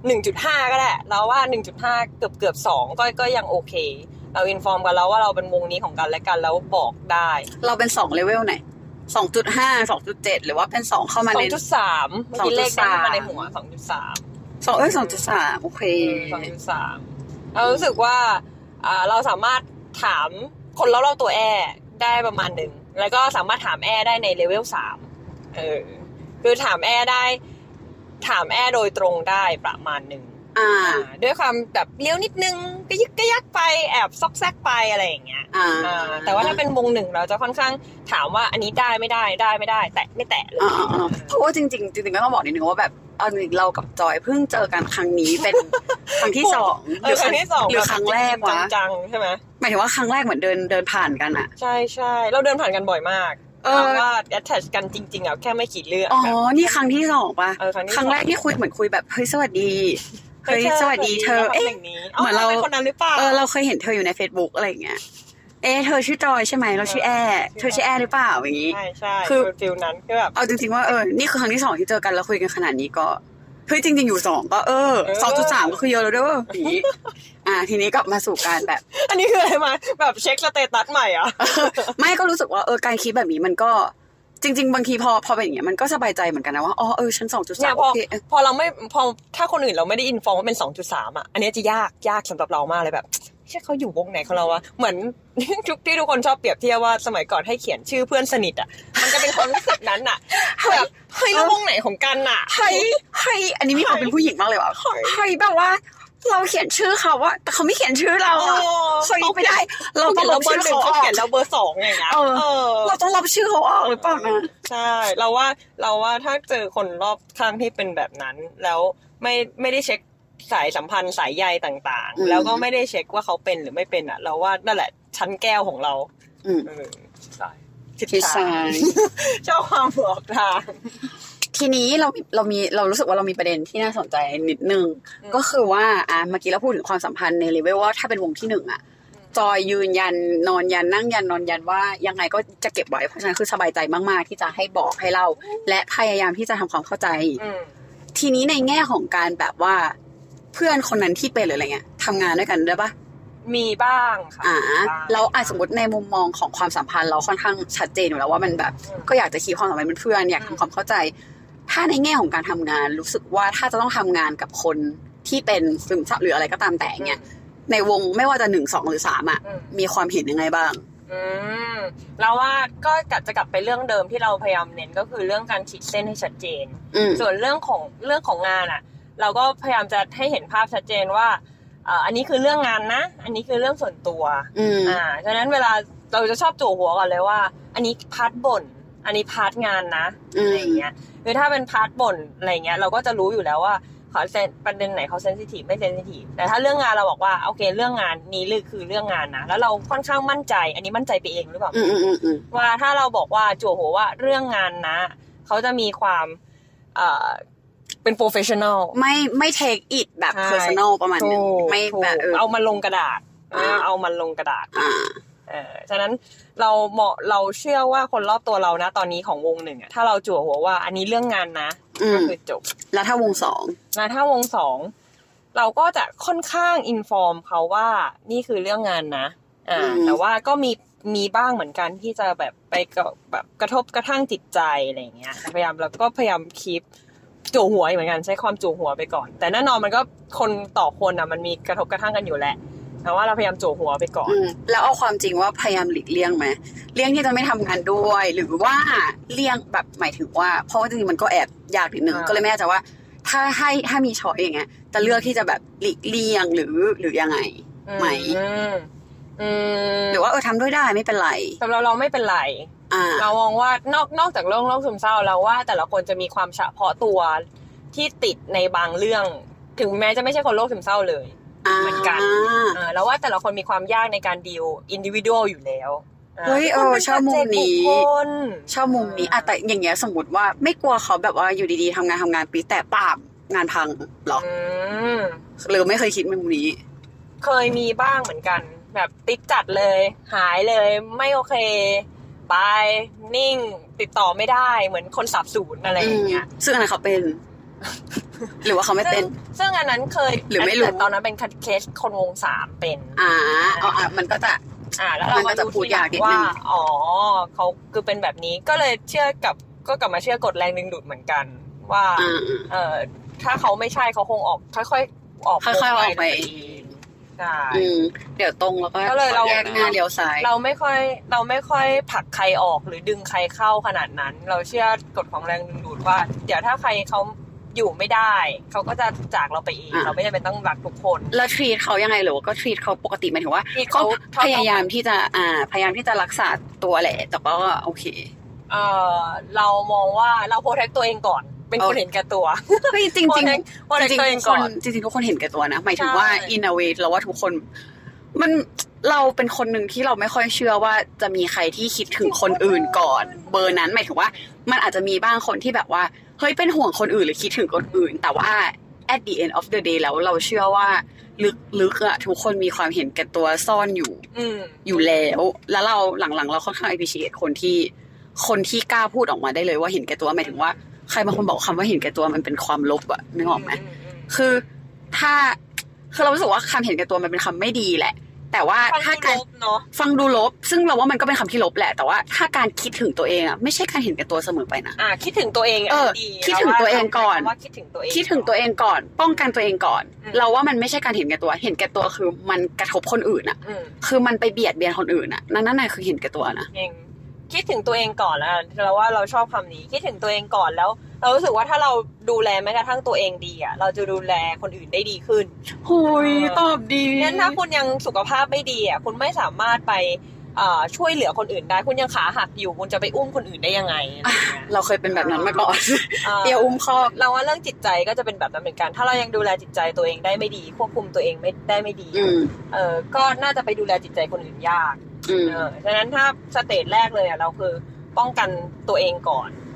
1.5 ก็ได้เราว่า 1.5 เกือบ2ก็ยังโอเคเราอินฟอร์มกันแล้วว่าเราเป็นวงนี้ของกันและกันแล้วบอกได้เราเป็น2เลเวลไหน 2.5 2.7 หรือว่าเป็น2เข้ามาใน 2.3 เมื่อกี้เลขได้มาในหัว 2.3 2.3 โอเค 2.3 เรารู้สึกว่าเราสามารถถามคนรอบๆตัวได้ประมาณนึงแล้วก็สามารถถามได้ในเลเวล3คือถามโดยตรงได้ประมาณนึงด้วยความแบบเลี้ยวนิดนึงกระยึกกระยักไปแอบซอกแซกไปอะไรอย่างเงี้ยแต่ว่าถ้าเป็นวงหนึ่งเราจะค่อนข้างถามว่าอันนี้ได้ไม่ได้แตะไม่แตะเลยเพราะว่าจริงก็ต้องบอกนิดนึงว่าแบบเอาจริงเรากับจอยเพิ่งเจอกันครั้งนี้เป็นครั้งที่2หรือครั้งแรกวะจังใช่ไหมหมายถึงว่าครั้งแรกเหมือนเดินผ่านกันใช่เราเดินผ่านกันบ่อยมากว่า attach กันจริงๆแค่ไม่ขีดเลือดนี่ครั้งที่2ป่ะครั้งแรกที่คุยเหมือนคุยแบบเฮ้ยสวัสดีเฮ้ยสวัสดีเธอเหมือนเราคนนั้นหรือเปล่าเราเคยเห็นเธออยู่ใน Facebook อะไรอย่างเงี้ยเธอชื่อจอยใช่ไหมเราชื่อเธอชื่อหรือเปล่าอย่างงี้ใช่คือฟิลนั้นคือแบบเอาจริงๆว่านี่คือครั้งที่2ที่เจอกันแล้วคุยกันขนาดนี้ก็เฮ้ยจริงๆอยู่2ก็ 2.3 ก็คือเยอะแล้วเด้ออย่างงี้ทีนี้ก็มาสู่การแบบอันนี้คืออะไรมาแบบเช็คสเตตัสใหม่อ่ะไม่ก็รู้สึกว่าการคิดแบบนี้มันก็จริงๆบางทีพอเป็นอย่างเงี้ยมันก็สบายใจเหมือนกันนะว่าฉัน 2.3 โอเคพอเราไม่พอถ้าคนอื่นเราไม่ได้อินฟอร์มว่าเป็น 2.3 อันนี้จะยากสำหรับเรามากเลยแบบเชื่อเขาอยู่วงไหนของเราวะเหมือนทุกคนชอบเปรียบเทียบว่าสมัยก่อนให้เขียนชื่อเพื่อนสนิทมันจะเป็นความรู้สึกนั้นแบบเฮ้ยแล้ววงไหนของกันเฮ้ยอันนี้มีความเป็นผู้หญิงมากเลยว่ะเฮ้ยแบบว่าเราเขียนชื่อเขาว่าแต่เขาไม่เขียนชื่อเราเฮ้ยไม่ได้เราต้องลบชื่อเขาเขียนเราเบอร์2ไงนะเราต้องลบชื่อเขาออกหรือเปล่านะใช่เราว่าถ้าเจอคนรอบข้างที่เป็นแบบนั้นแล้วไม่ได้เช็คสายสัมพันธ์สายใยต่างๆแล้วก็ไม่ได้เช็คว่าเขาเป็นหรือไม่เป็นเราว่านั่นแหละชั้นแก้วของเราใช่ชอบความบอกทางทีนี้เรารู้สึกว่าเรามีประเด็นที่น่าสนใจนิดนึงก็คือว่าเมื่อกี้เราพูดถึงความสัมพันธ์ในเลเวลว่าถ้าเป็นวงที่1อ่ะจอยยืนยันนอนยันนั่งยันนอนยันว่ายังไงก็จะเก็บไว้เพราะฉะนั้นคือสบายใจมากๆที่จะให้บอกให้เล่าและพยายามที่จะทำความเข้าใจทีนี้ในแง่ของการแบบว่าเพื่อนคนนั้นที่เป็นหรืออะไรเงี้ยทำงานด้วยกันได้ปะมีบ้างค่ะเราสมมติในมุมมองของความสัมพันธ์เราค่อนข้างชัดเจนอยู่แล้วว่ามันแบบก็อยากจะคีบความสัมพันธ์เป็นเพื่อนอยากทำความเข้าใจถ้าในแง่ของการทำงานรู้สึกว่าถ้าจะต้องทำงานกับคนที่เป็นซึมเศร้าหรืออะไรก็ตามแต่เนี่ยในวงไม่ว่าจะ1 2หรือ3อ่ะมีความเห็นยังไงบ้างเราว่าก็จะกลับไปเรื่องเดิมที่เราพยายามเน้นก็คือเรื่องการขีดเส้นให้ชัดเจนส่วนเรื่องของงานอ่ะเราก็พยายามจะให้เห็นภาพชัดเจนว่าอันนี้คือเรื่องงานนะอันนี้คือเรื่องส่วนตัวฉะนั้นเวลาเราจะชอบจู่หัวก่อนเลยว่าอันนี้พาร์ทบ่นอันนี้พาร์ทงานนะอะไรอย่างเงี้ยคือถ้าเป็นพาร์ทบ่นอะไรเงี้ยเราก็จะรู้อยู่แล้วว่าเขาประเด็นไหนเขาเซนซิทีฟไม่เซนซิทีฟแต่ถ้าเรื่องงานเราบอกว่าโอเคเรื่องงานนี้คือเรื่องงานนะแล้วเราค่อนข้างมั่นใจอันนี้มั่นใจไปเองหรือเปล่าว่าถ้าเราบอกว่าจู่หัวว่าเรื่องงานนะเขาจะมีความเป็น professional ไม่ take it แบบ personal ประมาณนึงไม่แบบเอามาลงกระดาษเอามาลงกระดาษฉะนั้นเราเชื่อว่าคนรอบตัวเรานะตอนนี้ของวง1อ่ะถ้าเราจั่วหัวว่าอันนี้เรื่องงานนะก็คือจบแล้วถ้าวง2 ถ้าวง2เราก็จะค่อนข้างอินฟอร์มเขาว่านี่คือเรื่องงานนะแต่ว่าก็มีบ้างเหมือนกันที่จะแบบไปแบบกระทบกระทั่งจิตใจอะไรอย่างเงี้ยพยายามคีปจู่หัวเหมือนกันใช้ความจู่หัวไปก่อนแต่แน่นอนมันก็คนต่อคนอ่ะมันมีกระทบกระทั่งกันอยู่แหละแต่ว่าเราพยายามจู่หัวไปก่อนแล้วเอาความจริงว่าพยายามหลีกเลี่ยงไหมเลี่ยงที่จะไม่ทำงานด้วยหรือว่าเลี่ยงแบบหมายถึงว่าเพราะว่าจริงๆมันก็แอบยากนิดนึงก็เลยไม่แน่ใจว่าถ้ามีช้อยอย่างเงี้ยจะเลือกที่จะแบบหลีกเลี่ยงหรือยังไงไหมหรือว่าทำด้วยได้ไม่เป็นไรสำหรับเราไม่เป็นไรเรามองว่านอกจากโรคซึมเศร้าเราว่าแต่ละคนจะมีความเฉพาะตัวที่ติดในบางเรื่องถึงแม้จะไม่ใช่คนโรคซึมเศร้าเลยเหมือนกันแล้วว่าแต่ละคนมีความยากในการดีลอินดิวิดวลอยู่แล้วเฮ้ยชอบมุมนี้แต่อย่างเงี้ยสมมติว่าไม่กลัวเขาแบบว่าอยู่ดีๆทำงานปีแต่ปาบงานพังหรอหรือไม่เคยคิดมุมนี้เคยมีบ้างเหมือนกันแบบติดจัดเลยหายเลยไม่โอเคไปนิ่งติดต่อไม่ได้เหมือนคนสับสูญอะไรอย่างเงี้ยซึ่งอันนั้นเขาเป็นหรือว่าเขาไม่เป็นซึ่งอันนั้นเคยหรือไม่รู้ตอนนั้นเป็นเคสคนวง3เป็นมันก็จะแล้วเราก็จะพูดอย่างว่าเขาคือเป็นแบบนี้ก็เลยก็กลับมาเชื่อกฎแรงดึงดูดเหมือนกันว่าถ้าเขาไม่ใช่เขาคงออกค่อยๆออกไปใช่เดี๋ยวตรงแล้วก็แยกหน้าเลี้ยวซ้ายเราไม่ค่อยผลักใครออกหรือดึงใครเข้าขนาดนั้นเราเชื่อกฎของแรงดึงดูดว่าเดี๋ยวถ้าใครเขาอยู่ไม่ได้เขาก็จะจากเราไปเองเราไม่จำเป็นต้องรักทุกคนแล้วทรีตเขายังไงหรือว่าก็ทรีตเขาปกติหมายถึงว่าเขาพยายามที่จะรักษาตัวแหละแต่ก็โอเคเรามองว่าเราโปรเทคตัวเองก่อนเป็นคนเห็นแก่ตัวจริงทุกคนเห็นแก่ตัวนะหมายถึงว่า in a way เราว่าทุกคนมันเราเป็นคนหนึ่งที่เราไม่ค่อยเชื่อว่าจะมีใครที่คิดถึงคนอื่นก่อนเบอร์นั้นหมายถึงว่ามันอาจจะมีบ้างคนที่แบบว่าเฮ้ยเป็นห่วงคนอื่นหรือคิดถึงคนอื่นแต่ว่า at the end of the day แล้วเราเชื่อว่าลึกๆอะทุกคนมีความเห็นแก่ตัวซ่อนอยู่แล้วเราหลังๆเราค่อนข้าง appreciate คนที่กล้าพูดออกมาได้เลยว่าเห็นแก่ตัวหมายถึงว่าใครบางคนบอกคำว่าเห็นแก่ตัวมันเป็นความลบอะนึกออกไหมคือเรารู้สึกว่าคำเห็นแก่ตัวมันเป็นคำไม่ดีแหละแต่ว่าถ้าการฟังดูลบซึ่งเราว่ามันก็เป็นคำที่ลบแหละแต่ว่าถ้าการคิดถึงตัวเองอะไม่ใช่การเห็นแก่ตัวเสมอไปนะคิดถึงตัวเองดีคิดถึงตัวเองก่อนคิดถึงตัวเองก่อนป้องกันตัวเองก่อนเราว่ามันไม่ใช่การเห็นแก่ตัวเห็นแก่ตัวคือมันกระทบคนอื่นอะคือมันไปเบียดเบียนคนอื่นอะนั่นคือเห็นแก่ตัวนะคิดถึงตัวเองก่อนแล้วเราว่าเราชอบคำนี้คิดถึงตัวเองก่อนแล้วเรารู้สึกว่าถ้าเราดูแลแม้กระทั่งตัวเองดีอ่ะเราจะดูแลคนอื่นได้ดีขึ้นหุยตอบดีงั้นถ้าคุณยังสุขภาพไม่ดีอ่ะคุณไม่สามารถไปช่วยเหลือคนอื่นได้คุณยังขาหักอยู่คุณจะไปอุ้มคนอื่นได้ยังไงเราเคยเป็นแบบนั้นมาก่อนเดี๋ยวอุ้มคอเราว่าเรื่องจิตใจก็จะเป็นแบบนั้นเหมือนกันถ้าเรายังดูแลจิตใจตัวเองได้ไม่ดีควบคุมตัวเองไม่ดีก็น่าจะไปดูแลจิตใจคนอื่นยากฉะนั้นถ้าสเตจแรกเลยอ่ะเราคือป้องกันตัวเองก่อน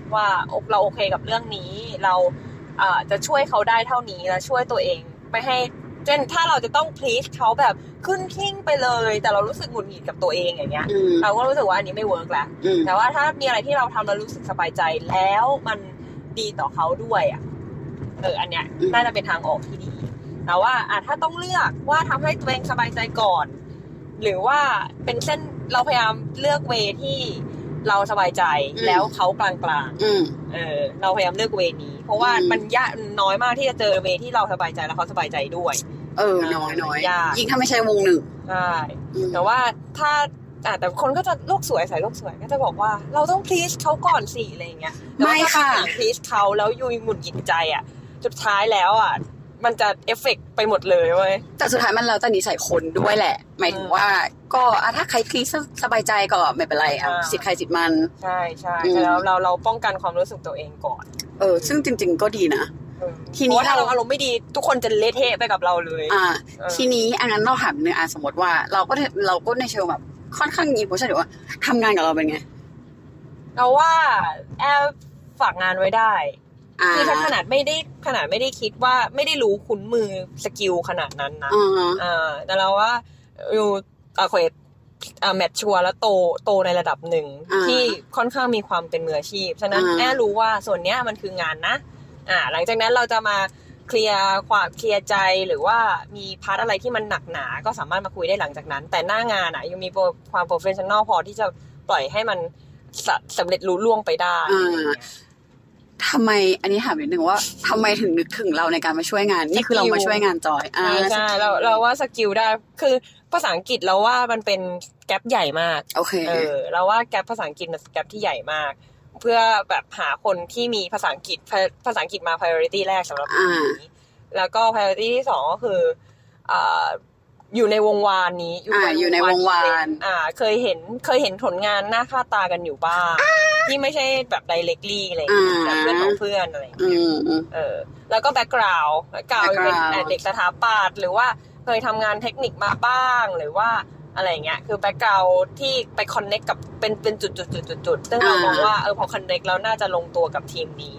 ว่าเราโอเคกับเรื่องนี้เราจะช่วยเขาได้เท่านี้แล้วช่วยตัวเองไม่ให้เช่นถ้าเราจะต้อง please เขาแบบขึ้นหิ้งไปเลยแต่เรารู้สึกหงุดหงิดกับตัวเองอย่างเงี้ยเราก็รู้สึกว่าอันนี้ไม่เวิร์กแล้วแต่ว่าถ้ามีอะไรที่เราทำแล้วรู้สึกสบายใจแล้วมันดีต่อเขาด้วยอันเนี้ยน่าจะเป็นทางออกที่ดีแต่ว่าถ้าต้องเลือกว่าทำให้ตัวเองสบายใจก่อนหรือว่าเป็นเส้นเราพยายามเลือกเวที่เราสบายใจแล้วเขากลางๆเราพยายามเลือกเวนี้เพราะว่ามันยากน้อยมากที่จะเจอเวที่เราสบายใจแล้วเขาสบายใจด้วยน้อยยิ่งถ้าไม่ใช่วงหนึ่งใช่แต่ว่าถ้าแต่คนก็จะโลกสวยใส่โลกสวยก็จะบอกว่าเราต้อง please เขาก่อนสิอะไรอย่างเงี้ยไม่ค่ะ please เขาแล้วยุยหงุดหงิดใจสุดท้ายแล้วมันจะเอฟเฟกต์ไปหมดเลยเว้ยแต่สุดท้ายมันแล้วแต่นิสัยคนด้วยแหละหมายถึงว่าก็ถ้าใครคลีสบายใจก็ไม่เป็นไรสิทธิ์ใครสิทธิ์มันใช่ใช่แล้วเราป้องกันความรู้สึกตัวเองก่อนซึ่งจริงๆก็ดีนะทีนี้ถ้าเราอารมณ์ไม่ดีทุกคนจะเละเทะไปกับเราเลยทีนี้อันนั้นเราถามนึงสมมติว่าเราก็ในเชิงแบบค่อนข้างมีโพสต์ว่าทำงานกับเราเป็นไงเราว่าแอบฝากงานไว้ได้คือถ้าขนาดไม่ได้คิดว่าไม่ได้รู้คุ้นมือสกิลขนาดนั้นนะแต่เราว่าอยู่โอเคแมทชัวร์แล้วโตในระดับหนึ่งที่ค่อนข้างมีความเป็นมืออาชีพฉะนั้นแอบรู้ว่าส่วนเนี้ยมันคืองานนะหลังจากนั้นเราจะมาเคลียร์ใจหรือว่ามีพาร์ทอะไรที่มันหนักหนาก็สามารถมาคุยได้หลังจากนั้นแต่หน้างานยังมีความโปรเฟสชั่นอลพอที่จะปล่อยให้มันสำเร็จลุล่วงไปได้ทำไมอันนี้ถามนิดนึงว่าทำไมถึงนึกถึงเราในการมาช่วยงานนี่คือเรามาช่วยงานจอยใช่เราว่าสกิลได้คือภาษาอังกฤษเราว่ามันเป็นแกปใหญ่มากโอเคเราว่าแกปภาษาอังกฤษมันแกปที่ใหญ่มากเพื่อแบบหาคนที่มีภาษาอังกฤษมา priority แรกสำหรับนี้แล้วก็ priority ที่2ก็คืออยู่ในวงวานนี้อยู่ในวงวานเคยเห็นผลงานหน้าค่าตากันอยู่บ้างที่ไม่ใช่แบบ directly อะไรอย่างเงี้ยแบบเพื่อนของเพื่อนอะไรอย่างเงี้ยแล้วก็ background เป็นเด็กสถาปัตย์หรือว่าเคยทำงานเทคนิคมาบ้างหรือว่าอะไรเงี้ยคือ background ที่ไป connect กับเป็นจุดซึ่งเรามองว่าพอ connect แล้วน่าจะลงตัวกับทีมนี้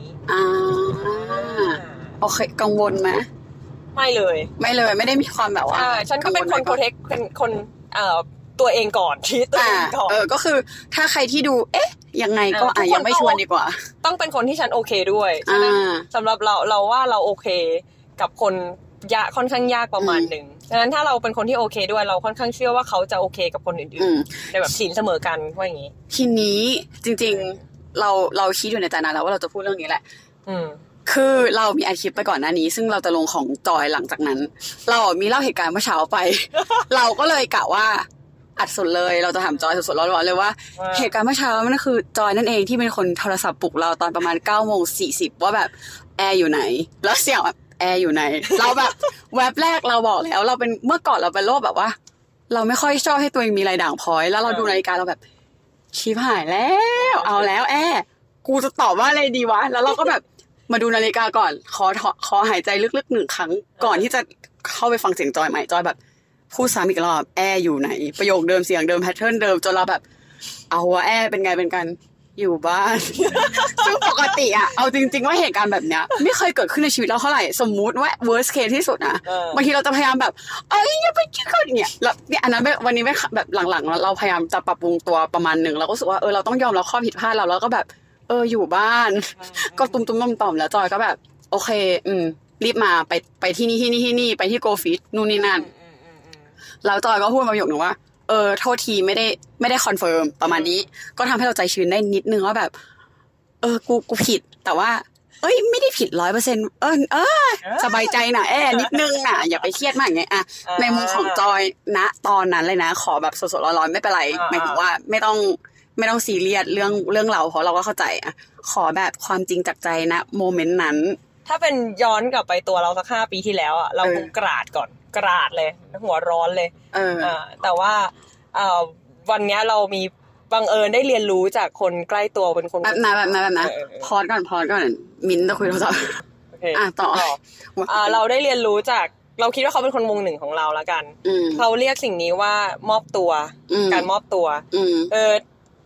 โอเคกังวลไหมไม่เลยไม่ได้มีความแบบว่าฉันก็เป็นคน protect เป็นคนตัวเองก่อนที่ตัวเองก่อนก็คือถ้าใครที่ดูยังไงก็ยังไม่ชวนดีกว่าต้องเป็นคนที่ฉันโอเคด้วยฉะนั้นสำหรับเราว่าเราโอเคกับคนค่อนข้างยากประมาณนึงฉะนั้นถ้าเราเป็นคนที่โอเคด้วยเราค่อนข้างเชื่อว่าเขาจะโอเคกับคนอื่นๆในแบบศีลเสมอกันว่าอย่างนี้ทีนี้จริงๆเราคิดอยู่ในใจนะแล้วว่าเราจะพูดเรื่องนี้แหละคือเรามีอาชีพไปก่อนหน้านี้ซึ่งเราจะลงของจอยหลังจากนั้นเรามีเล่าเหตุการณ์เมื่อเช้าไป เราก็เลยกะว่าอัดสดเลยเราจะถามจอยสดๆร้อนๆเลยว่าเหตุการณ์เมื่อเช้ามันคือจอยนั่นเองที่เป็นคนโทรศัพท์ปลุกเราตอนประมาณ 9:40 ว่าแบบแอร์อยู่ไหนแล้วเสียงแบบแอร์อยู่ไหนเราแบบแวบแรกเราบอกแล้วเราเป็นเมื่อก่อนเราเป็นโรคแบบว่าเราไม่ค่อยชอบให้ตัวเองมีอะไรด่างพร้อยแล้วเราดูนาฬิกาเราแบบชิบหายแล้วเอาแล้วแอร์กูจะตอบว่าอะไรดีวะแล้วเราก็แบบมาดูนาฬิกาก่อนขอหายใจลึกๆ1ครั้งก่อนที่จะเข้าไปฟังเสียงจอยใหม่จอยแบบพูดซ้ำอีกรอบแอร์อยู่ไหนประโยคเดิมเสียงเดิมแพทเทิร์นเดิมจนเราแบบเอาวะแอร์เป็นไงเป็นกันอยู่บ้าน ซึ่งปกติเอาจริงๆว่าเหตุการณ์แบบเนี้ยไม่เคยเกิดขึ้นในชีวิตเราเท่าไหร่สมมุติว่า worst case ที่สุดนะบางทีเราจะพยายามแบบอย่าไปคิดเขาอย่างเงี้ยแล้วเนี่ยอันนั้นวันนี้แบบหลังๆเราพยายามจะปรับปรุงตัวประมาณนึงเราก็รู้สึกว่าเราต้องยอมรับข้อผิดพลาดเราแล้วก็แบบอยู่บ้านก็ตุ้มๆต่อมๆแล้วจอยก็แบบโอเครีบมาไปที่นี่ไปที่โกฟิตนู่นนี่นั่นแล้วจอยก็พูดมาประโยคนึงว่าโทษทีไม่ได้คอนเฟิร์มประมาณนี้ก็ทำให้เราใจชื้นได้นิดนึงว่าแบบกูผิดแต่ว่าไม่ได้ผิด 100% สบายใจนะนิดนึงน่ะอย่าไปเครียดมากอย่างเงี้ยในมุมของจอยณตอนนั้นเลยนะขอแบบสดๆร้อนๆไม่เป็นไรหมายถึงว่าไม่ต้องซีเรียสเรื่องเราเพราะเราก็เข้าใจขอแบบความจริงจากใจนะโมเมนต์นั้นถ้าเป็นย้อนกลับไปตัวเราสัก5 ปีที่แล้วเราคงกราดก่อนกราดเลยหัวร้อนเลยแต่ว่าวันนี้เรามีบังเอิญได้เรียนรู้จากคนใกล้ตัวเป็นคนแบบนะพอดก่อนมิ้นจะคุยโทรศัพท์โอเคต่อเราได้เรียนรู้จากเราคิดว่าเขาเป็นคนวงหนึ่งของเราละกันเขาเรียกสิ่งนี้ว่ามอบตัวการมอบตัว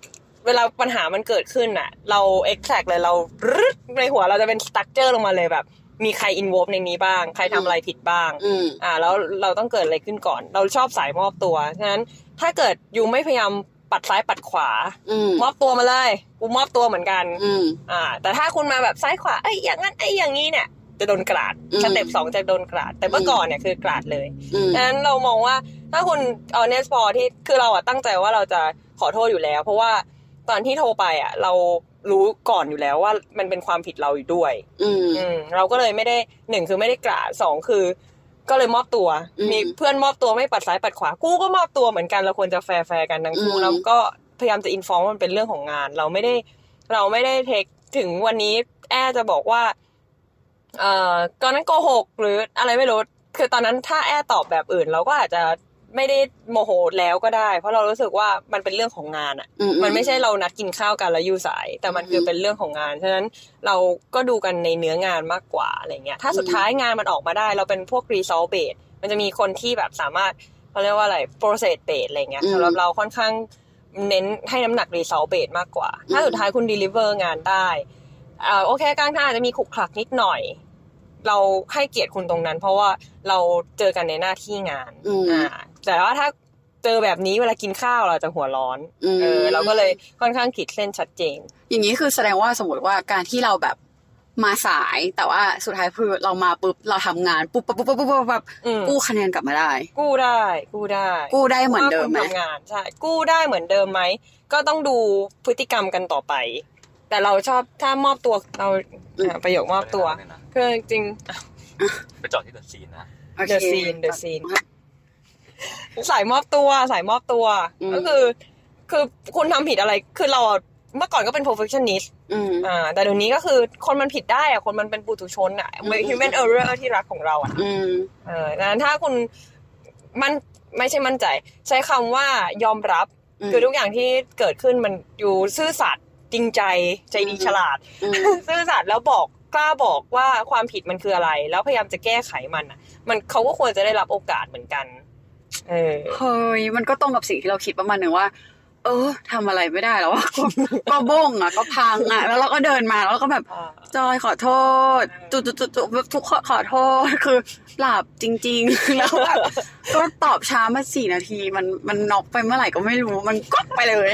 เวลาปัญหามันเกิดขึ้นน่ะเรา exact เลยเราในหัวเราจะเป็น structure ลงมาเลยแบบมีใคร involve ในนี้บ้างใครทำอะไรผิดบ้างแล้วเราต้องเกิดอะไรขึ้นก่อนเราชอบสายมอบตัวฉะนั้นถ้าเกิดอยู่ไม่พยายามปัดซ้ายปัดขวามอบตัวมาเลยกูมอบตัวเหมือนกันแต่ถ้าคุณมาแบบซ้ายขวาอย่างนั้นอย่างนี้เนี่ยจะโดนกราดสเต็ป2จะโดนกราดแต่เมื่อก่อนเนี่ยคือกราดเลยฉะนั้นเรามองว่าถ้าคุณhonest พอที่คือเราตั้งใจว่าเราจะขอโทษอยู่แล้วเพราะว่าตอนที่โทรไปเรารู้ก่อนอยู่แล้วว่ามันเป็นความผิดเราอยู่ด้วยเราก็เลยไม่ได้1คือไม่ได้กราด2คือก็เลยมอบตัวมีเพื่อนมอบตัวไม่ปัดซ้ายปัดขวากูก็มอบตัวเหมือนกันเราควรจะแฟร์กันทั้งคู่แล้วก็พยายามจะอินฟอร์มว่ามันเป็นเรื่องของงานเราไม่ได้เทคถึงวันนี้จะบอกว่าตอนนั้นโกหกหรืออะไรไม่รู้คือตอนนั้นถ้าตอบแบบอื่นเราก็อาจจะไม่ได้โมโหแล้วก็ได้เพราะเรารู้สึกว่ามันเป็นเรื่องของงานมันไม่ใช่เรานัดกินข้าวกันแล้วอยู่สายแต่มันคือเป็นเรื่องของงานฉะนั้นเราก็ดูกันในเนื้องานมากกว่าอะไรเงี้ยถ้าสุดท้ายงานมันออกมาได้เราเป็นพวก result based มันจะมีคนที่แบบสามารถเขาเรียกว่าอะไร process based อะไรเงี้ยสำหรับเราค่อนข้างเน้นให้น้ำหนัก result based มากกว่าถ้าสุดท้ายคุณ deliver งานได้โอเคกลางทางอาจจะมีขลุกขลักนิดหน่อยเราให้เกียรติคุณตรงนั้นเพราะว่าเราเจอกันในหน้าที่งานแต่ว่าถ้าเจอแบบนี้เวลากินข้าวเราจะหัวร้อนเราก็เลยค่อนข้างขีดเส้นชัดเจนอย่างนี้คือแสดงว่าสมมติว่าการที่เราแบบมาสายแต่ว่าสุดท้ายคือเรามาปุ๊บเราทำงานปุ๊บกู้คะแนนกลับมาได้กู้ได้เหมือนเดิมไหมทำงานใช่กู้ได้เหมือนเดิมไหมก็ต้องดูพฤติกรรมกันต่อไปแต่เราชอบถ้ามอบตัวเราประโยคมอบตัวคือจริงไปจอดที่เดอะซีนนะเดอะซีนสายมอบตัวก็คือคุณทำผิดอะไรคือเราเมื่อก่อนก็เป็น perfectionist แต่เดี๋ยวนี้ก็คือคนมันผิดได้คนมันเป็นปุถุชนhuman error ที่รักของเราดังนั้นถ้าคุณมันไม่ใช่มั่นใจใช้คำว่ายอมรับคือทุกอย่างที่เกิดขึ้นมันอยู่ซื่อสัตย์จริงใจใจดีฉลาดซื่อสัตย์แล้วกล้าบอกว่าความผิดมันคืออะไรแล้วพยายามจะแก้ไขมันเขาก็ควรจะได้รับโอกาสเหมือนกันเฮ้ยมันก็ตรงกับสิ่งที่เราคิดประมาณนึงว่าทำอะไรไม่ได้แล้วว่าก็บ้งก็พังแล้วเราก็เดินมาแล้วก็แบบจอยขอโทษทุกขอโทษคือหลับจริงๆแล้วแบบก็ตอบช้ามา4 นาทีมันน็อกไปเมื่อไหร่ก็ไม่รู้มันก๊อกไปเลย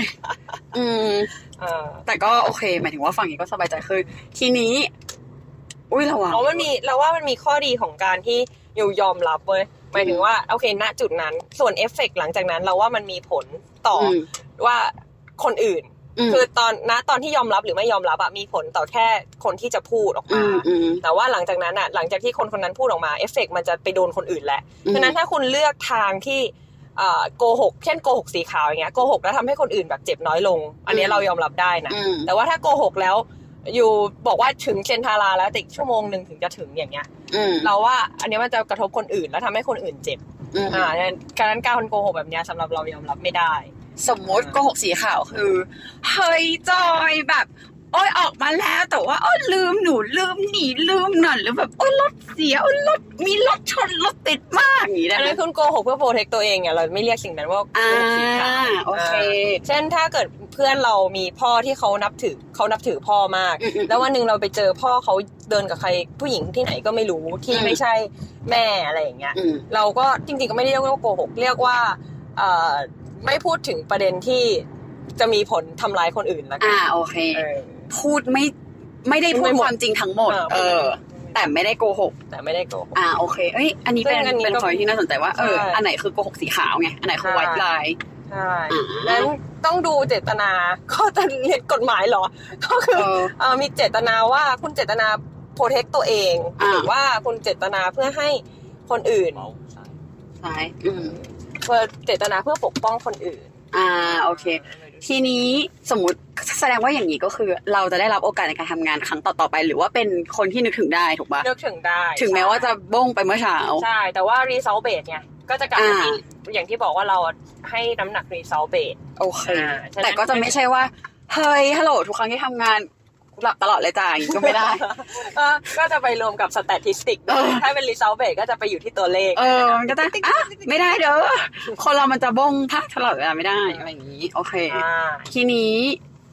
แต่ก็โอเคหมายถึงว่าฝั่งนี้ก็สบายใจขึ้นทีนี้เราว่ามันมีข้อดีของการที่ยอมรับเว้ยหมายถึงว่าโอเคณจุดนั้นส่วนเอฟเฟกต์หลังจากนั้นเราว่ามันมีผลต่อว่าคนอื่นคือตอนที่ยอมรับหรือไม่ยอมรับมีผลต่อแค่คนที่จะพูดออกมาแต่ว่าหลังจากนั้นหลังจากที่คนนั้นพูดออกมาเอฟเฟกต์มันจะไปโดนคนอื่นแหละฉะนั้นถ้าคุณเลือกทางที่โกหกเช่นโกหกสีขาวอย่างเงี้ยโกหกแล้วทำให้คนอื่นแบบเจ็บน้อยลงอันนี้เรายอมรับได้นะแต่ว่าถ้าโกหกแล้วอยู่บอกว่าถึงเชนทาราแล้วติดชั่วโมงนึงถึงจะถึงอย่างเงี้ยเราว่าอันนี้มันจะกระทบคนอื่นแล้วทำให้คนอื่นเจ็บการโกหกแบบเนี้ยสำหรับเรายอมรับไม่ได้สมมติโกหกสีขาวคือเฮ้ยจอยแบบออกมาแล้วแต่ว่าลืมหนูลืมหนีลืมนั่นหรือแบบรถเสียมีรถชนรถติดมากอย่างนี้นะอันนั้นคุณโกหกเพื่อโปรเทคตัวเองเราไม่เรียกสิ่งนั้นว่าโกหกสีขาวโอเคเช่นถ้าเกิดเพื่อนเรามีพ่อที่เขานับถือพ่อมากแล้ววันนึงเราไปเจอพ่อเขาเดินกับใครผู้หญิงที่ไหนก็ไม่รู้ที่ไม่ใช่แม่อะไรอย่างเงี้ยเราก็จริงๆก็ไม่ได้เรียกว่าโกหกเรียกว่าไม่พูดถึงประเด็นที่จะมีผลทำร้ายคนอื่นแล้วกันโอเคพูดไม่ได้พูดความจริงทั้งหมดแต่ไม่ได้โกหกโอเคอันนี้เป็นพอยที่น่าสนใจว่าอันไหนคือโกหกสีขาวไงอันไหนคือไวท์ไลน์ใช่แล้วต้องดูเจตนาก็จะเรียนกฎหมายเหรอก็คือมีเจตนาว่าคุณเจตนาโปรเทคตัวเองหรือว่าคุณเจตนาเพื่อให้คนอื่นใช่เพื่อเจตนาเพื่อปกป้องคนอื่นโอเคทีนี้สมมุติแสดงว่าอย่างนี้ก็คือเราจะได้รับโอกาสในการทำงานครั้งต่อๆไปหรือว่าเป็นคนที่นึกถึงได้ถูกป่ะนึกถึงได้ถึงแม้ว่าจะบ้งไปเมื่อเช้าใช่แต่ว่า result based ไงก็จะกลับมาที่อย่างที่บอกว่าเราให้น้ำหนัก result based โอเคแต่ก็จะไม่ใช่ว่าเฮ้ยฮัลโหลทุกครั้งที่ทำงานหลับตลอดเลยจ้าอย่างนี้ก็ไม่ได้ก็จะไปรวมกับ statistic ถ้าเป็น result based ก็จะไปอยู่ที่ตัวเลขมันก็ได้ไม่ได้เด้อคนเรามันจะบ้งพักตลอดเวลาไม่ได้อะไรอย่างนี้โอเคทีนี้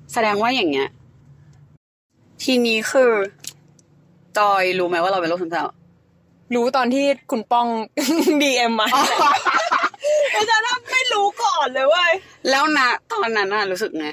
แสดงว่าอย่างเงี้ยทีนี้คือจอยรู้ไหมว่าเราเป็นโรคซึมเศร้ารู้ตอนที่คุณป้อง DM มาแต่ฉันไม่รู้ก่อนเลยเว้ยแล้วนะตอนนั้นน่ะรู้สึกไง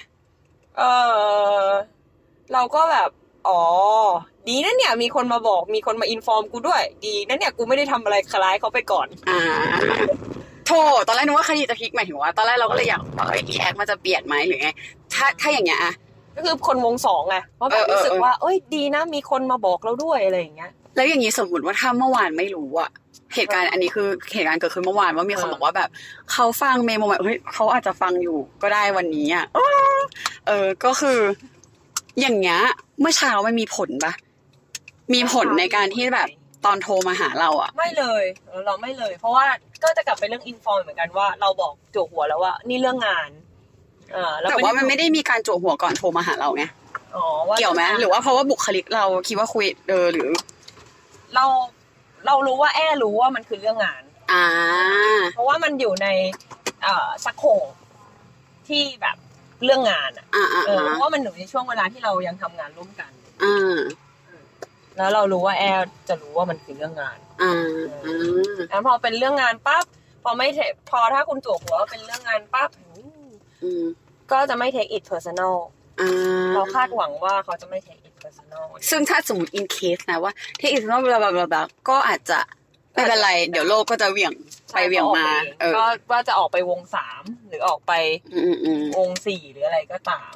เราก็แบบอ๋อดีนะเนี่ยมีคนมาบอกมีคนมาอินฟอร์มกูด้วยดีนะเนี่ยกูไม่ได้ทำอะไรคล้ายเขาไปก่อนโธ่ตอนแรกนึกว่าคดีจะพลิกหมายถึงว่าตอนแรกเราก็เลยอยากว่าแอคมันจะเปลี่ยนไหมหรือไงถ้าอย่างเงี้ยอะก็คือคนวงสองไงเพราะแบบรู้สึกว่าเอ้ยดีนะมีคนมาบอกเราด้วยอะไรอย่างเงี้ยแล้วอย่างนี้สมมติว่าถ้าเมื่อวานไม่รู้อะเหตุการณ์อันนี้คือเหตุการณ์เกิดขึ้นเมื่อวานว่ามีคนบอกว่าแบบเขาฟังเมโมเฮ้ยเขาอาจจะฟังอยู่ก็ได้วันนี้อะก็คืออย่างเงี้ยเมื่อเช้ามันมีผลปะมีผลในการที่แบบตอนโทรมาหาเราอะไม่เลยเราไม่เลยเพราะว่าก็จะกลับไปเรื่องอินฟอร์มเหมือนกันว่าเราบอกจั่วหัวแล้วว่านี่เรื่องงานแต่ว่ามันไม่ได้มีการจั่วหัวก่อนโทรมาหาเราไงเกี่ยวไหมหรือว่าเพราะว่าบุคลิกเราคิดว่าคุยหรือเรารู้ว่ารู้ว่ามันคือเรื่องงานเพราะว่ามันอยู่ในสักโคที่แบบเรื่องงานเพราะว่ามันอยู่ในช่วงเวลาที่เรายังทำงานร่วมกันแล้วเรารู้ว่าจะรู้ว่ามันคือเรื่องงานแล้วพอเป็นเรื่องงานปั๊บพอถ้าคุณจั่วหัวว่าเป็นเรื่องงานปั๊บก็จะไม่ take it personal เราคาดหวังว่าเขาจะไม่ take it personal ซึ่งถ้าสมมติ in case นะว่า take it personal ก็อาจจะไม่เป็นไรเดี๋ยวโลกก็จะเหวี่ยงไปเหวี่ยงมาก็ว่าจะออกไปวง3หรือออกไปวง4หรืออะไรก็ตาม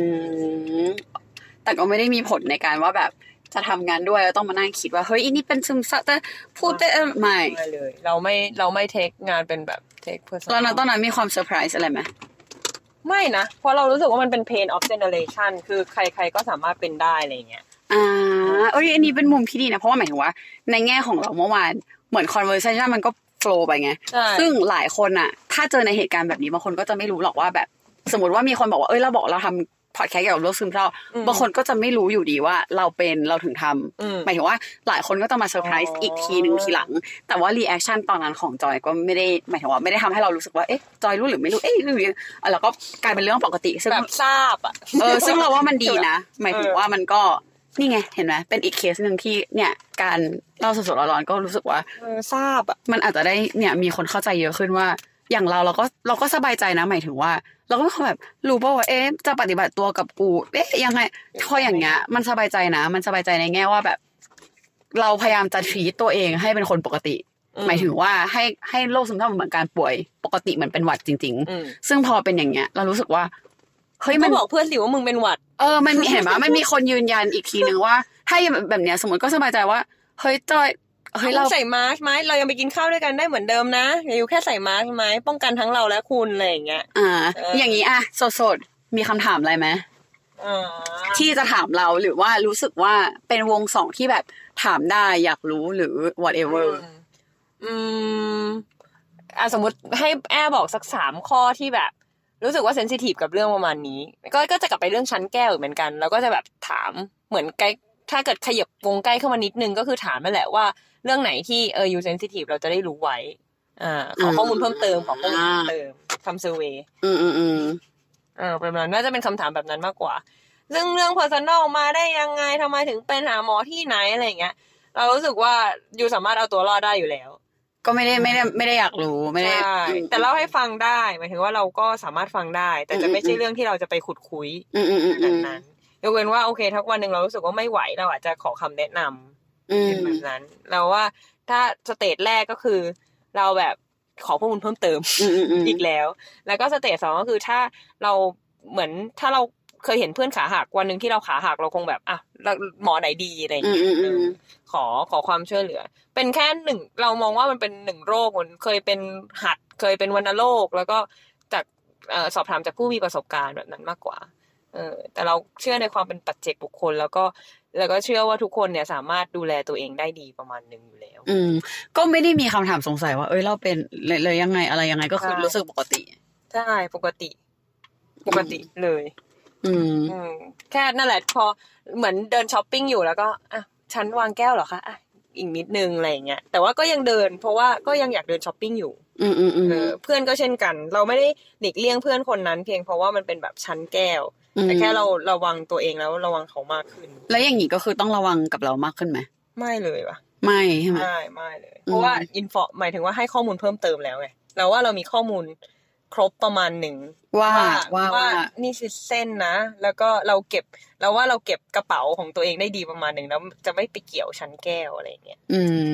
แต่ก็ไม่ได้มีผลในการว่าแบบจะทำงานด้วยแล้วต้องมานั่งคิดว่าเฮ้ยนี่เป็นซึมเศร้าแต่พูดได้ไม่เลยเราไม่เทคงานเป็นแบบเทค personal แล้วตอนนั้นมีความเซอร์ไพรส์อะไรไหมไม่นะเพราะเรารู้สึกว่ามันเป็น pain of generation คือใครๆก็สามารถเป็นได้อะไรเงี้ยอันนี้เป็นมุมที่ดีนะเพราะว่าหมายถึงว่าในแง่ของเราเมื่อวานเหมือน conversation มันก็โฟลว์ไปไงซึ่งหลายคนอ่ะถ้าเจอในเหตุการณ์แบบนี้บางคนก็จะไม่รู้หรอกว่าแบบสมมติว่ามีคนบอกว่าเราทำพอดแคสต์เกี่ยวกับโรคซึมเศร้าบางคนก็จะไม่รู้อยู่ดีว่าเราถึงทำหมายถึงว่าหลายคนก็จะมาเซอร์ไพรส์อีกทีนึงทีหลังแต่ว่ารีแอคชั่นตอนนั้นของจอยก็ไม่ได้หมายถึงว่าไม่ได้ทำให้เรารู้สึกว่าเอ๊ะจอยรู้หรือไม่รู้หรือแล้วก็กลายเป็นเรื่องปกติซึ่งแบบทราบอ่ะซึ่งเราว่ามันดีนะหมายถึงว่ามันก็นี่ไงเห็นไหมเป็นอีกเคสนึงที่เนี่ยการเล่าสดๆร้อนๆก็รู้สึกว่าทราบอ่ะมันอาจจะได้เนี่ยมีคนเข้าใจเยอะขึ้นว่าอย่างเราก็สบายใจนะหมายถึงว่าเราก็ไม่ค่อยแบบรู้ป่ะว่าจะปฏิบัติตัวกับกูยังไงพออย่างเงี้ยมันสบายใจนะมันสบายใจในแง่ว่าแบบเราพยายามจะทรีตตัวเองให้เป็นคนปกติหมายถึงว่าให้โรคซึมเศร้าเหมือนการป่วยปกติเหมือนเป็นหวัดจริงๆซึ่งพอเป็นอย่างเงี้ยเรารู้สึกว่าเฮ้ยมันบอกเพื่อนสิว่ามึงเป็นหวัดมันเห็นไหมมันมีคนยืนยันอีกทีนึงว่าถ้าแบบเนี้ยสมมติก็สบายใจว่าเฮ้ยจอยเราใส่มาสก์ไหมเรายังไปกินข้าวด้วยกันได้เหมือนเดิมนะอย่าอยู่แค่ใส่มาสก์ไหมป้องกันทั้งเราและคุณอะไรอย่างเงี้ยอย่างนี้สดๆมีคำถามอะไรไหมที่จะถามเราหรือว่ารู้สึกว่าเป็นวง2ที่แบบถามได้อยากรู้หรือ whatever สมมติให้บอกสัก3ข้อที่แบบรู้สึกว่าเซนซิทีฟกับเรื่องประมาณนี้ก็จะกลับไปเรื่องชั้นแก้วเหมือนกันแล้วก็จะแบบถามเหมือนใกล้ถ้าเกิดขยับวงใกล้เข้ามานิดนึงก็คือถามนั่นแหละว่าเรื่องไหนที่อยู่เซนซิทีฟเราจะได้รู้ไว้ขอข้อมูลเพิ่มเติมทำเซอร์เวย์ประมาณน่าจะเป็นคำถามแบบนั้นมากกว่าซึ่งเรื่อง personal มาได้ยังไงทำไมถึงเป็นหาหมอที่ไหนอะไรอย่างเงี้ยเรารู้สึกว่าอยู่สามารถเอาตัวรอดได้อยู่แล้วก็ไม่ได้อยากรู้ไม่ได้แต่เล่าให้ฟังได้หมายถึงว่าเราก็สามารถฟังได้แต่จะไม่ใช่เรื่องที่เราจะไปขุดคุยนั้นยกเว้นว่าโอเคทักวันนึงเรารู้สึกว่าไม่ไหวเราอาจจะขอคำแนะนำเป็นแบบนั้นเราว่าถ้าสเตจแรกก็คือเราแบบขอข้อมูลเพิ่มเติมอีกแล้วก็สเตจ2ก็คือถ้าเราเหมือนถ้าเราเคยเห็นเพื่อนขาหักวันนึงที่เราขาหักเราคงแบบหมอไหนดีอะไรอย่างเงี้ยขอความช่วยเหลือเป็นแค่1เรามองว่ามันเป็น1โรคเหมือนเคยเป็นหัดเคยเป็นวัณโรคแล้วก็จากสอบถามจากผู้มีประสบการณ์แบบนั้นมากกว่าแต่เราเชื่อในความเป็นปัจเจกบุคคลแล้วก็เชื่อว่าทุกคนเนี่ยสามารถดูแลตัวเองได้ดีประมาณนึงอยู่แล้วก็ไม่ได้มีคำถามสงสัยว่าเราเป็นเลยยังไงอะไรยังไงก็คือรู้สึกปกติใช่ปกติเลยแค่นั่นแหละพอเหมือนเดินช้อปปิ้งอยู่แล้วก็ฉันวางแก้วเหรอคะอีกนิดนึงอะไรอย่างเงี้ยแต่ว่าก็ยังเดินเพราะว่าก็ยังอยากเดินช้อปปิ้งอยู่เพื่อนก็เช่นกันเราไม่ได้หลีกเลี่ยงเพื่อนคนนั้นเพียงเพราะว่ามันเป็นแบบชั้นแก้วแต่แค่เราระวังตัวเองแล้วระวังเขามากขึ้นแล้วอย่างนี้ก็คือต้องระวังกับเรามากขึ้นไหมไม่เลยว่ะไม่ใช่ไหมไม่เลยเพราะว่าหมายถึงว่าให้ข้อมูลเพิ่มเติมแล้วไงเราว่าเรามีข้อมูลครบประมาณหนึ่งว่านี่คือเส้นนะแล้วก็เราเก็บกระเป๋าของตัวเองได้ดีประมาณหนึ่งแล้วจะไม่ไปเกี่ยวชั้นแก้วอะไรอย่างเงี้ย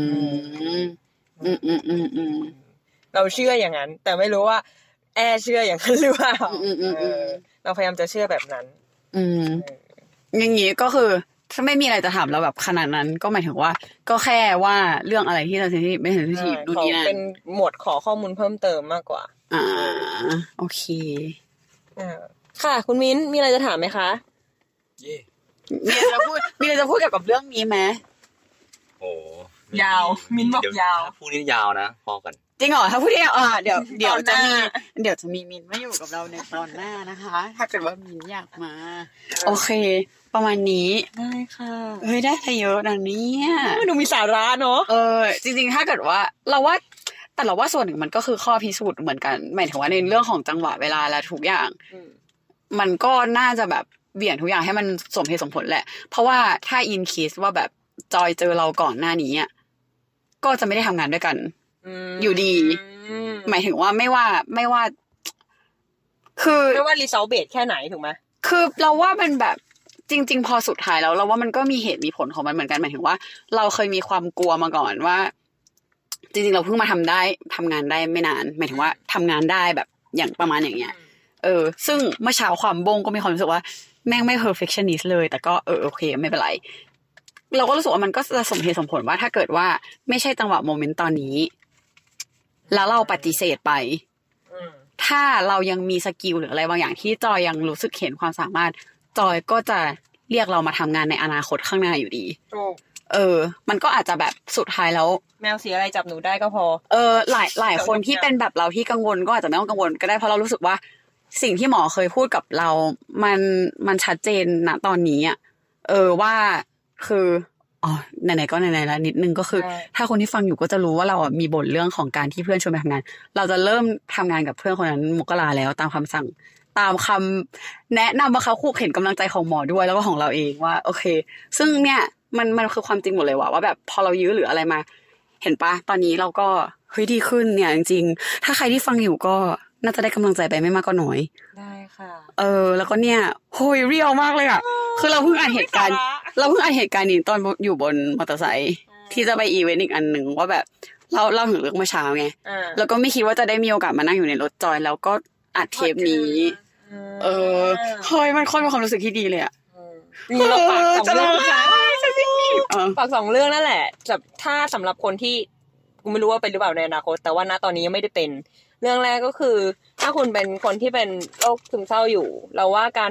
เราเชื่ออย่างนั้นแต่ไม่รู้ว่าเชื่ออย่างนั้นหรือเปล่าเราพยายามจะเชื่อแบบนั้นอย่างงี้ก็คือถ้าไม่มีอะไรจะถามเราแบบขนาดนั้นก็หมายถึงว่าก็แค่ว่าเรื่องอะไรที่เราเซนซิทีฟไม่เซนซิทีฟดูนี่นะเป็นหมวดขอข้อมูลเพิ่มเติมมากกว่าโอเคค่ะคุณมิ้นมีอะไรจะถามไหมคะมีอะไรจะพูดเกี่ยวกับเรื่องนี้ไหมโอ้ยาวมิ้นบอกยาวพรุ่งนี้ยาวนะพอกันจริงเหรอถ้าพูดได้เดี๋ยวจะมีมินมาอยู่กับเราในตอนหน้านะคะถ้าเกิดว่ามินอยากมาโอเคประมาณนี้ได้ค่ะเฮ้ยได้ไปเยอะนะเนี่ยดูมีสาระเนาะจริงๆถ้าเกิดว่าเราว่าส่วนหนึ่งมันก็คือข้อพิสูจน์เหมือนกันหมายถึงว่าในเรื่องของจังหวะเวลาและทุกอย่างมันก็น่าจะแบบเบี่ยงทุกอย่างให้มันสมเหตุสมผลแหละเพราะว่าถ้าอินเคสว่าแบบจอยเจอเราก่อนหน้านี้ก็จะไม่ได้ทำงานด้วยกันอยู่ดีหมายถึงว่าไม่ว่าคือไม่ว่ารีซอลเบสแค่ไหนถูกไหมคือเราว่ามันแบบจริงๆพอสุดท้ายแล้วเราว่ามันก็มีเหตุมีผลของมันเหมือนกันหมายถึงว่าเราเคยมีความกลัวมาก่อนว่าจริงๆเราเพิ่งมาทำงานได้ไม่นานหมายถึงว่าทำงานได้แบบอย่างประมาณอย่างเงี้ยซึ่งเมื่อเช้าความบงก็มีความรู้สึกว่าแม่งไม่ perfectionist เลยแต่ก็โอเคไม่เป็นไรเราก็รู้สึกว่ามันก็จะสมเหตุสมผลว่าถ้าเกิดว่าไม่ใช่จังหวะโมเมนต์ตอนนี้แล้วเราปฏิเสธไปถ้าเรายังมีสกิลหรืออะไรบางอย่างที่จอยยังรู้สึกเห็นความสามารถจอยก็จะเรียกเรามาทำงานในอนาคตข้างหน้าอยู่ดีมันก็อาจจะแบบสุดท้ายแล้วแมวสีอะไรจับหนูได้ก็พอหลายคนที่เป็นแบบเราที่กังวลก็อาจจะไม่ต้องกังวลก็ได้เพราะเรารู้สึกว่าสิ่งที่หมอเคยพูดกับเรามันชัดเจนณตอนนี้ว่าคือไหนๆก็ไหนๆแล้วนิดนึงก็คือถ้าคนที่ฟังอยู่ก็จะรู้ว่าเรามีบ่นเรื่องของการที่เพื่อนชวนไปทำงานเราจะเริ่มทำงานกับเพื่อนคนนั้นมกราแล้วตามคำสั่งตามคำแนะนำว่าเขาคู่เห็นกำลังใจของหมอด้วยแล้วก็ของเราเองว่าโอเคซึ่งเนี่ยมันคือความจริงหมดเลยว่าแบบพอเรายื้อหรืออะไรมาเห็นปะตอนนี้เราก็เฮ้ยดีขึ้นเนี่ยจริงๆถ้าใครที่ฟังอยู่ก็น่าจะได้กำลังใจไปไม่มากก็น้อยได้ค่ะแล้วก็เนี่ยโหยเรียวมากเลยอ่ะคือเราเพิ่งอ่านเหตุการณ์นี้ตอนอยู่บนมอเตอร์ไซค์ที่จะไปอีเวนต์อีกอันหนึ่งว่าแบบเราถึงเรื่องเมื่อเช้าไงแล้วก็ไม่คิดว่าจะได้มีโอกาสมานั่งอยู่ในรถจอยแล้วก็อัดเทปนี้เฮ้ยมันค่อยเป็นความรู้สึกที่ดีเลยอ่ะเราฝาก2เรื่องฝาก2เรื่องนั่นแหละถ้าสำหรับคนที่กูไม่รู้ว่าเป็นหรือเปล่าในอนาคตแต่ว่าณตอนนี้ยังไม่ได้เป็นเรื่องแรกก็คือถ้าคุณเป็นคนที่เป็นโรคซึมเศร้าอยู่เราว่าการ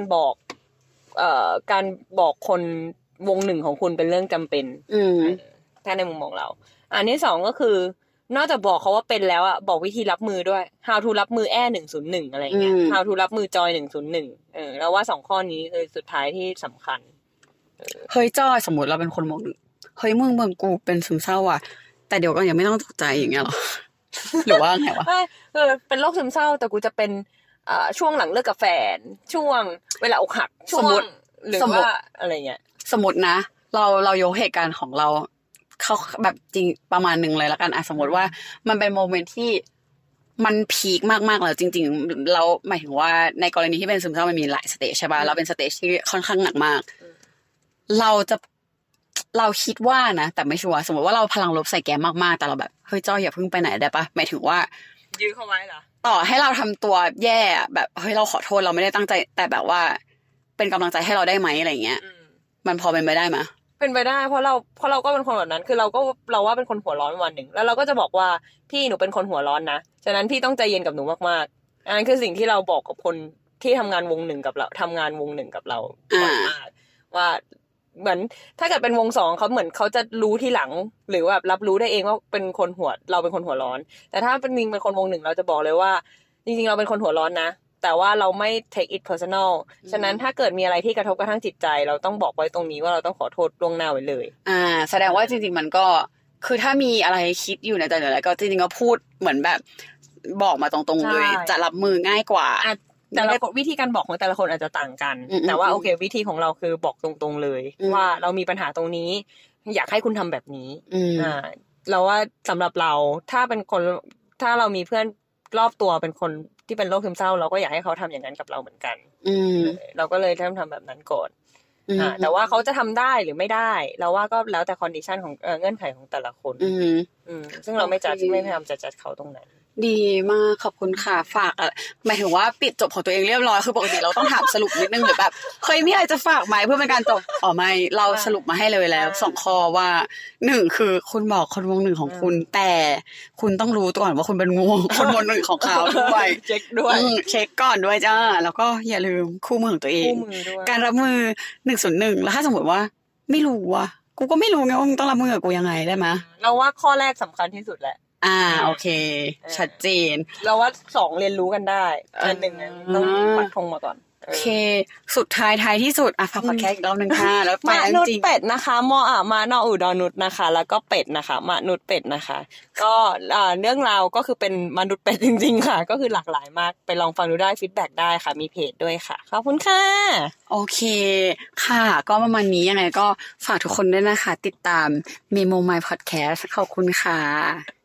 บอกคนวงหนึ่งของคุณเป็นเรื่องจำเป็นถ้าในมุมมองเราอันที่2ก็คือนอกจากบอกเขาว่าเป็นแล้วอ่ะบอกวิธีรับมือด้วย how to รับมือ101อะไรเงี้ย how to รับมือจอย101แล้วว่า2ข้อนี้คือสุดท้ายที่สำคัญเฮ้ยจอยสมมติเราเป็นคนมองเฮ้ยมึงกูเป็นซึมเศร้าอ่ะแต่เดี๋ยวก็ยังไม่ต้องตกใจอย่างเงี้ยหรอหรือว่าไงวะเป็นโรคซึมเศร้าแต่กูจะเป็นช่วงหลังเลิกกับแฟนช่วงเวลาอกหักช่วงหรือว่าอะไรเงี้ยสมมตินะเรายกเหตุการณ์ของเราเขาแบบจริงประมาณนึงเลยละกันสมมติว่ามันเป็นโมเมนต์ที่มันพีคมากๆแล้วจริงๆเราหมายถึงว่าในกรณีที่เป็นซึมเศร้ามันมีหลายสเตจใช่ป่ะเราเป็นสเตจที่ค่อนข้างหนักมากเราคิดว่านะแต่ไม่ชัวร์สมมติว่าเราพลังลบใส่แกมากๆแต่เราแบบเฮ้ยจ้อยอย่าเพิ่งไปไหนได้ปะหมายถึงว่ายื้อเขาไว้เหรอต่อให้เราทำตัวแย่แบบเฮ้ยเราขอโทษเราไม่ได้ตั้งใจแต่แบบว่าเป็นกำลังใจให้เราได้ไหมอะไรเงี้ยมันพอเป็นไปได้ไหมเป็นไปได้เพราะเราก็เป็นคนแบบนั้นคือเราว่าเป็นคนหัวร้อนวันหนึ่งแล้วเราก็จะบอกว่าพี่หนูเป็นคนหัวร้อนนะฉะนั้นพี่ต้องใจเย็นกับหนูมากๆอันนั้นคือสิ่งที่เราบอกกับคนที่ทำงานวงหนึ่งกับเราบ่อยมากว่าเหมือนถ้าเกิดเป็นวง2เขาเหมือนเขาจะรู้ทีหลังหรือว่ารับรู้ได้เองว่าเป็นคนเราเป็นคนหัวร้อนแต่ถ้าเป็นเป็นคนวง1เราจะบอกเลยว่าจริงๆเราเป็นคนหัวร้อนนะแต่ว่าเราไม่ take it personal ฉะนั้นถ้าเกิดมีอะไรที่กระทบกระทั่งจิตใจเราต้องบอกไว้ตรงนี้ว่าเราต้องขอโทษล่วงหน้าไว้เลยแสดงว่าจริงๆมันก็คือถ้ามีอะไรคิดอยู่ในใจหรืออะไรก็จริงๆก็พูดเหมือนแบบบอกมาตรงๆเลยจะรับมือง่ายกว่าแต่ละวิธีการบอกของแต่ละคนอาจจะต่างกันแต่ว่าโอเควิธีของเราคือบอกตรงๆเลยว่าเรามีปัญหาตรงนี้อยากให้คุณทำแบบนี้เราว่าสำหรับเราถ้าเป็นคนถ้าเรามีเพื่อนรอบตัวเป็นคนที่เป็นโรคซึมเศร้าเราก็อยากให้เขาทำอย่างนั้นกับเราเหมือนกันเราก็เลยทำแบบนั้นก่อนแต่ว่าเขาจะทำได้หรือไม่ได้เราว่าก็แล้วแต่คอนดิชันของเงื่อนไขของแต่ละคนซึ่งเราไม่พยายามจะจัดเขาตรงนั้นดีมากขอบคุณค่ะฝากหมายถึงว่าปิดจบของตัวเองเรียบร้อยคือปกติเราต้องถามสรุปนิดนึงหรือแบบเคยมีอะไรจะฝากไหมเพื่อเป็นการจบไม่เราสรุปมาให้เลยแล้ว2ข้อว่า1คือคุณบอกคนวง1ของคุณแต่คุณต้องรู้ก่อนว่าคุณเป็นงูคนวง1ของเขาด้วยเช็คด้วยเช็คก่อนด้วยจ้าแล้วก็อย่าลืมคู่มือของตัวเองการรับมือ101แล้วถ้าสมมติว่าไม่รู้ว่ะกูก็ไม่รู้ไงว่ามึงต้องรับมือกับกูยังไงได้มั้ยเราว่าข้อแรกสำคัญที่สุดแหละโอเคชัดเจนเราว่า2เรียนรู้กันได้อัน1ต้องปักธงมาก่อนโอเคสุดท้ายที่สุดฝากพอดแคสต์อีกรอบนึงค่ะแล้วไปจริงเป็ดนะคะมานออุดรนุชนะคะแล้วก็เป็ดนะคะมนุษย์เป็ดนะคะก็เรื่องราวก็คือเป็นมนุษย์เป็ดจริงๆค่ะก็คือหลากหลายมากไปลองฟังดูได้ฟีดแบ็กได้ค่ะมีเพจด้วยค่ะขอบคุณค่ะโอเคค่ะก็ประมาณนี้ยังไงก็ฝากทุกคนด้วยนะคะติดตาม Memo My Podcast ขอบคุณค่ะ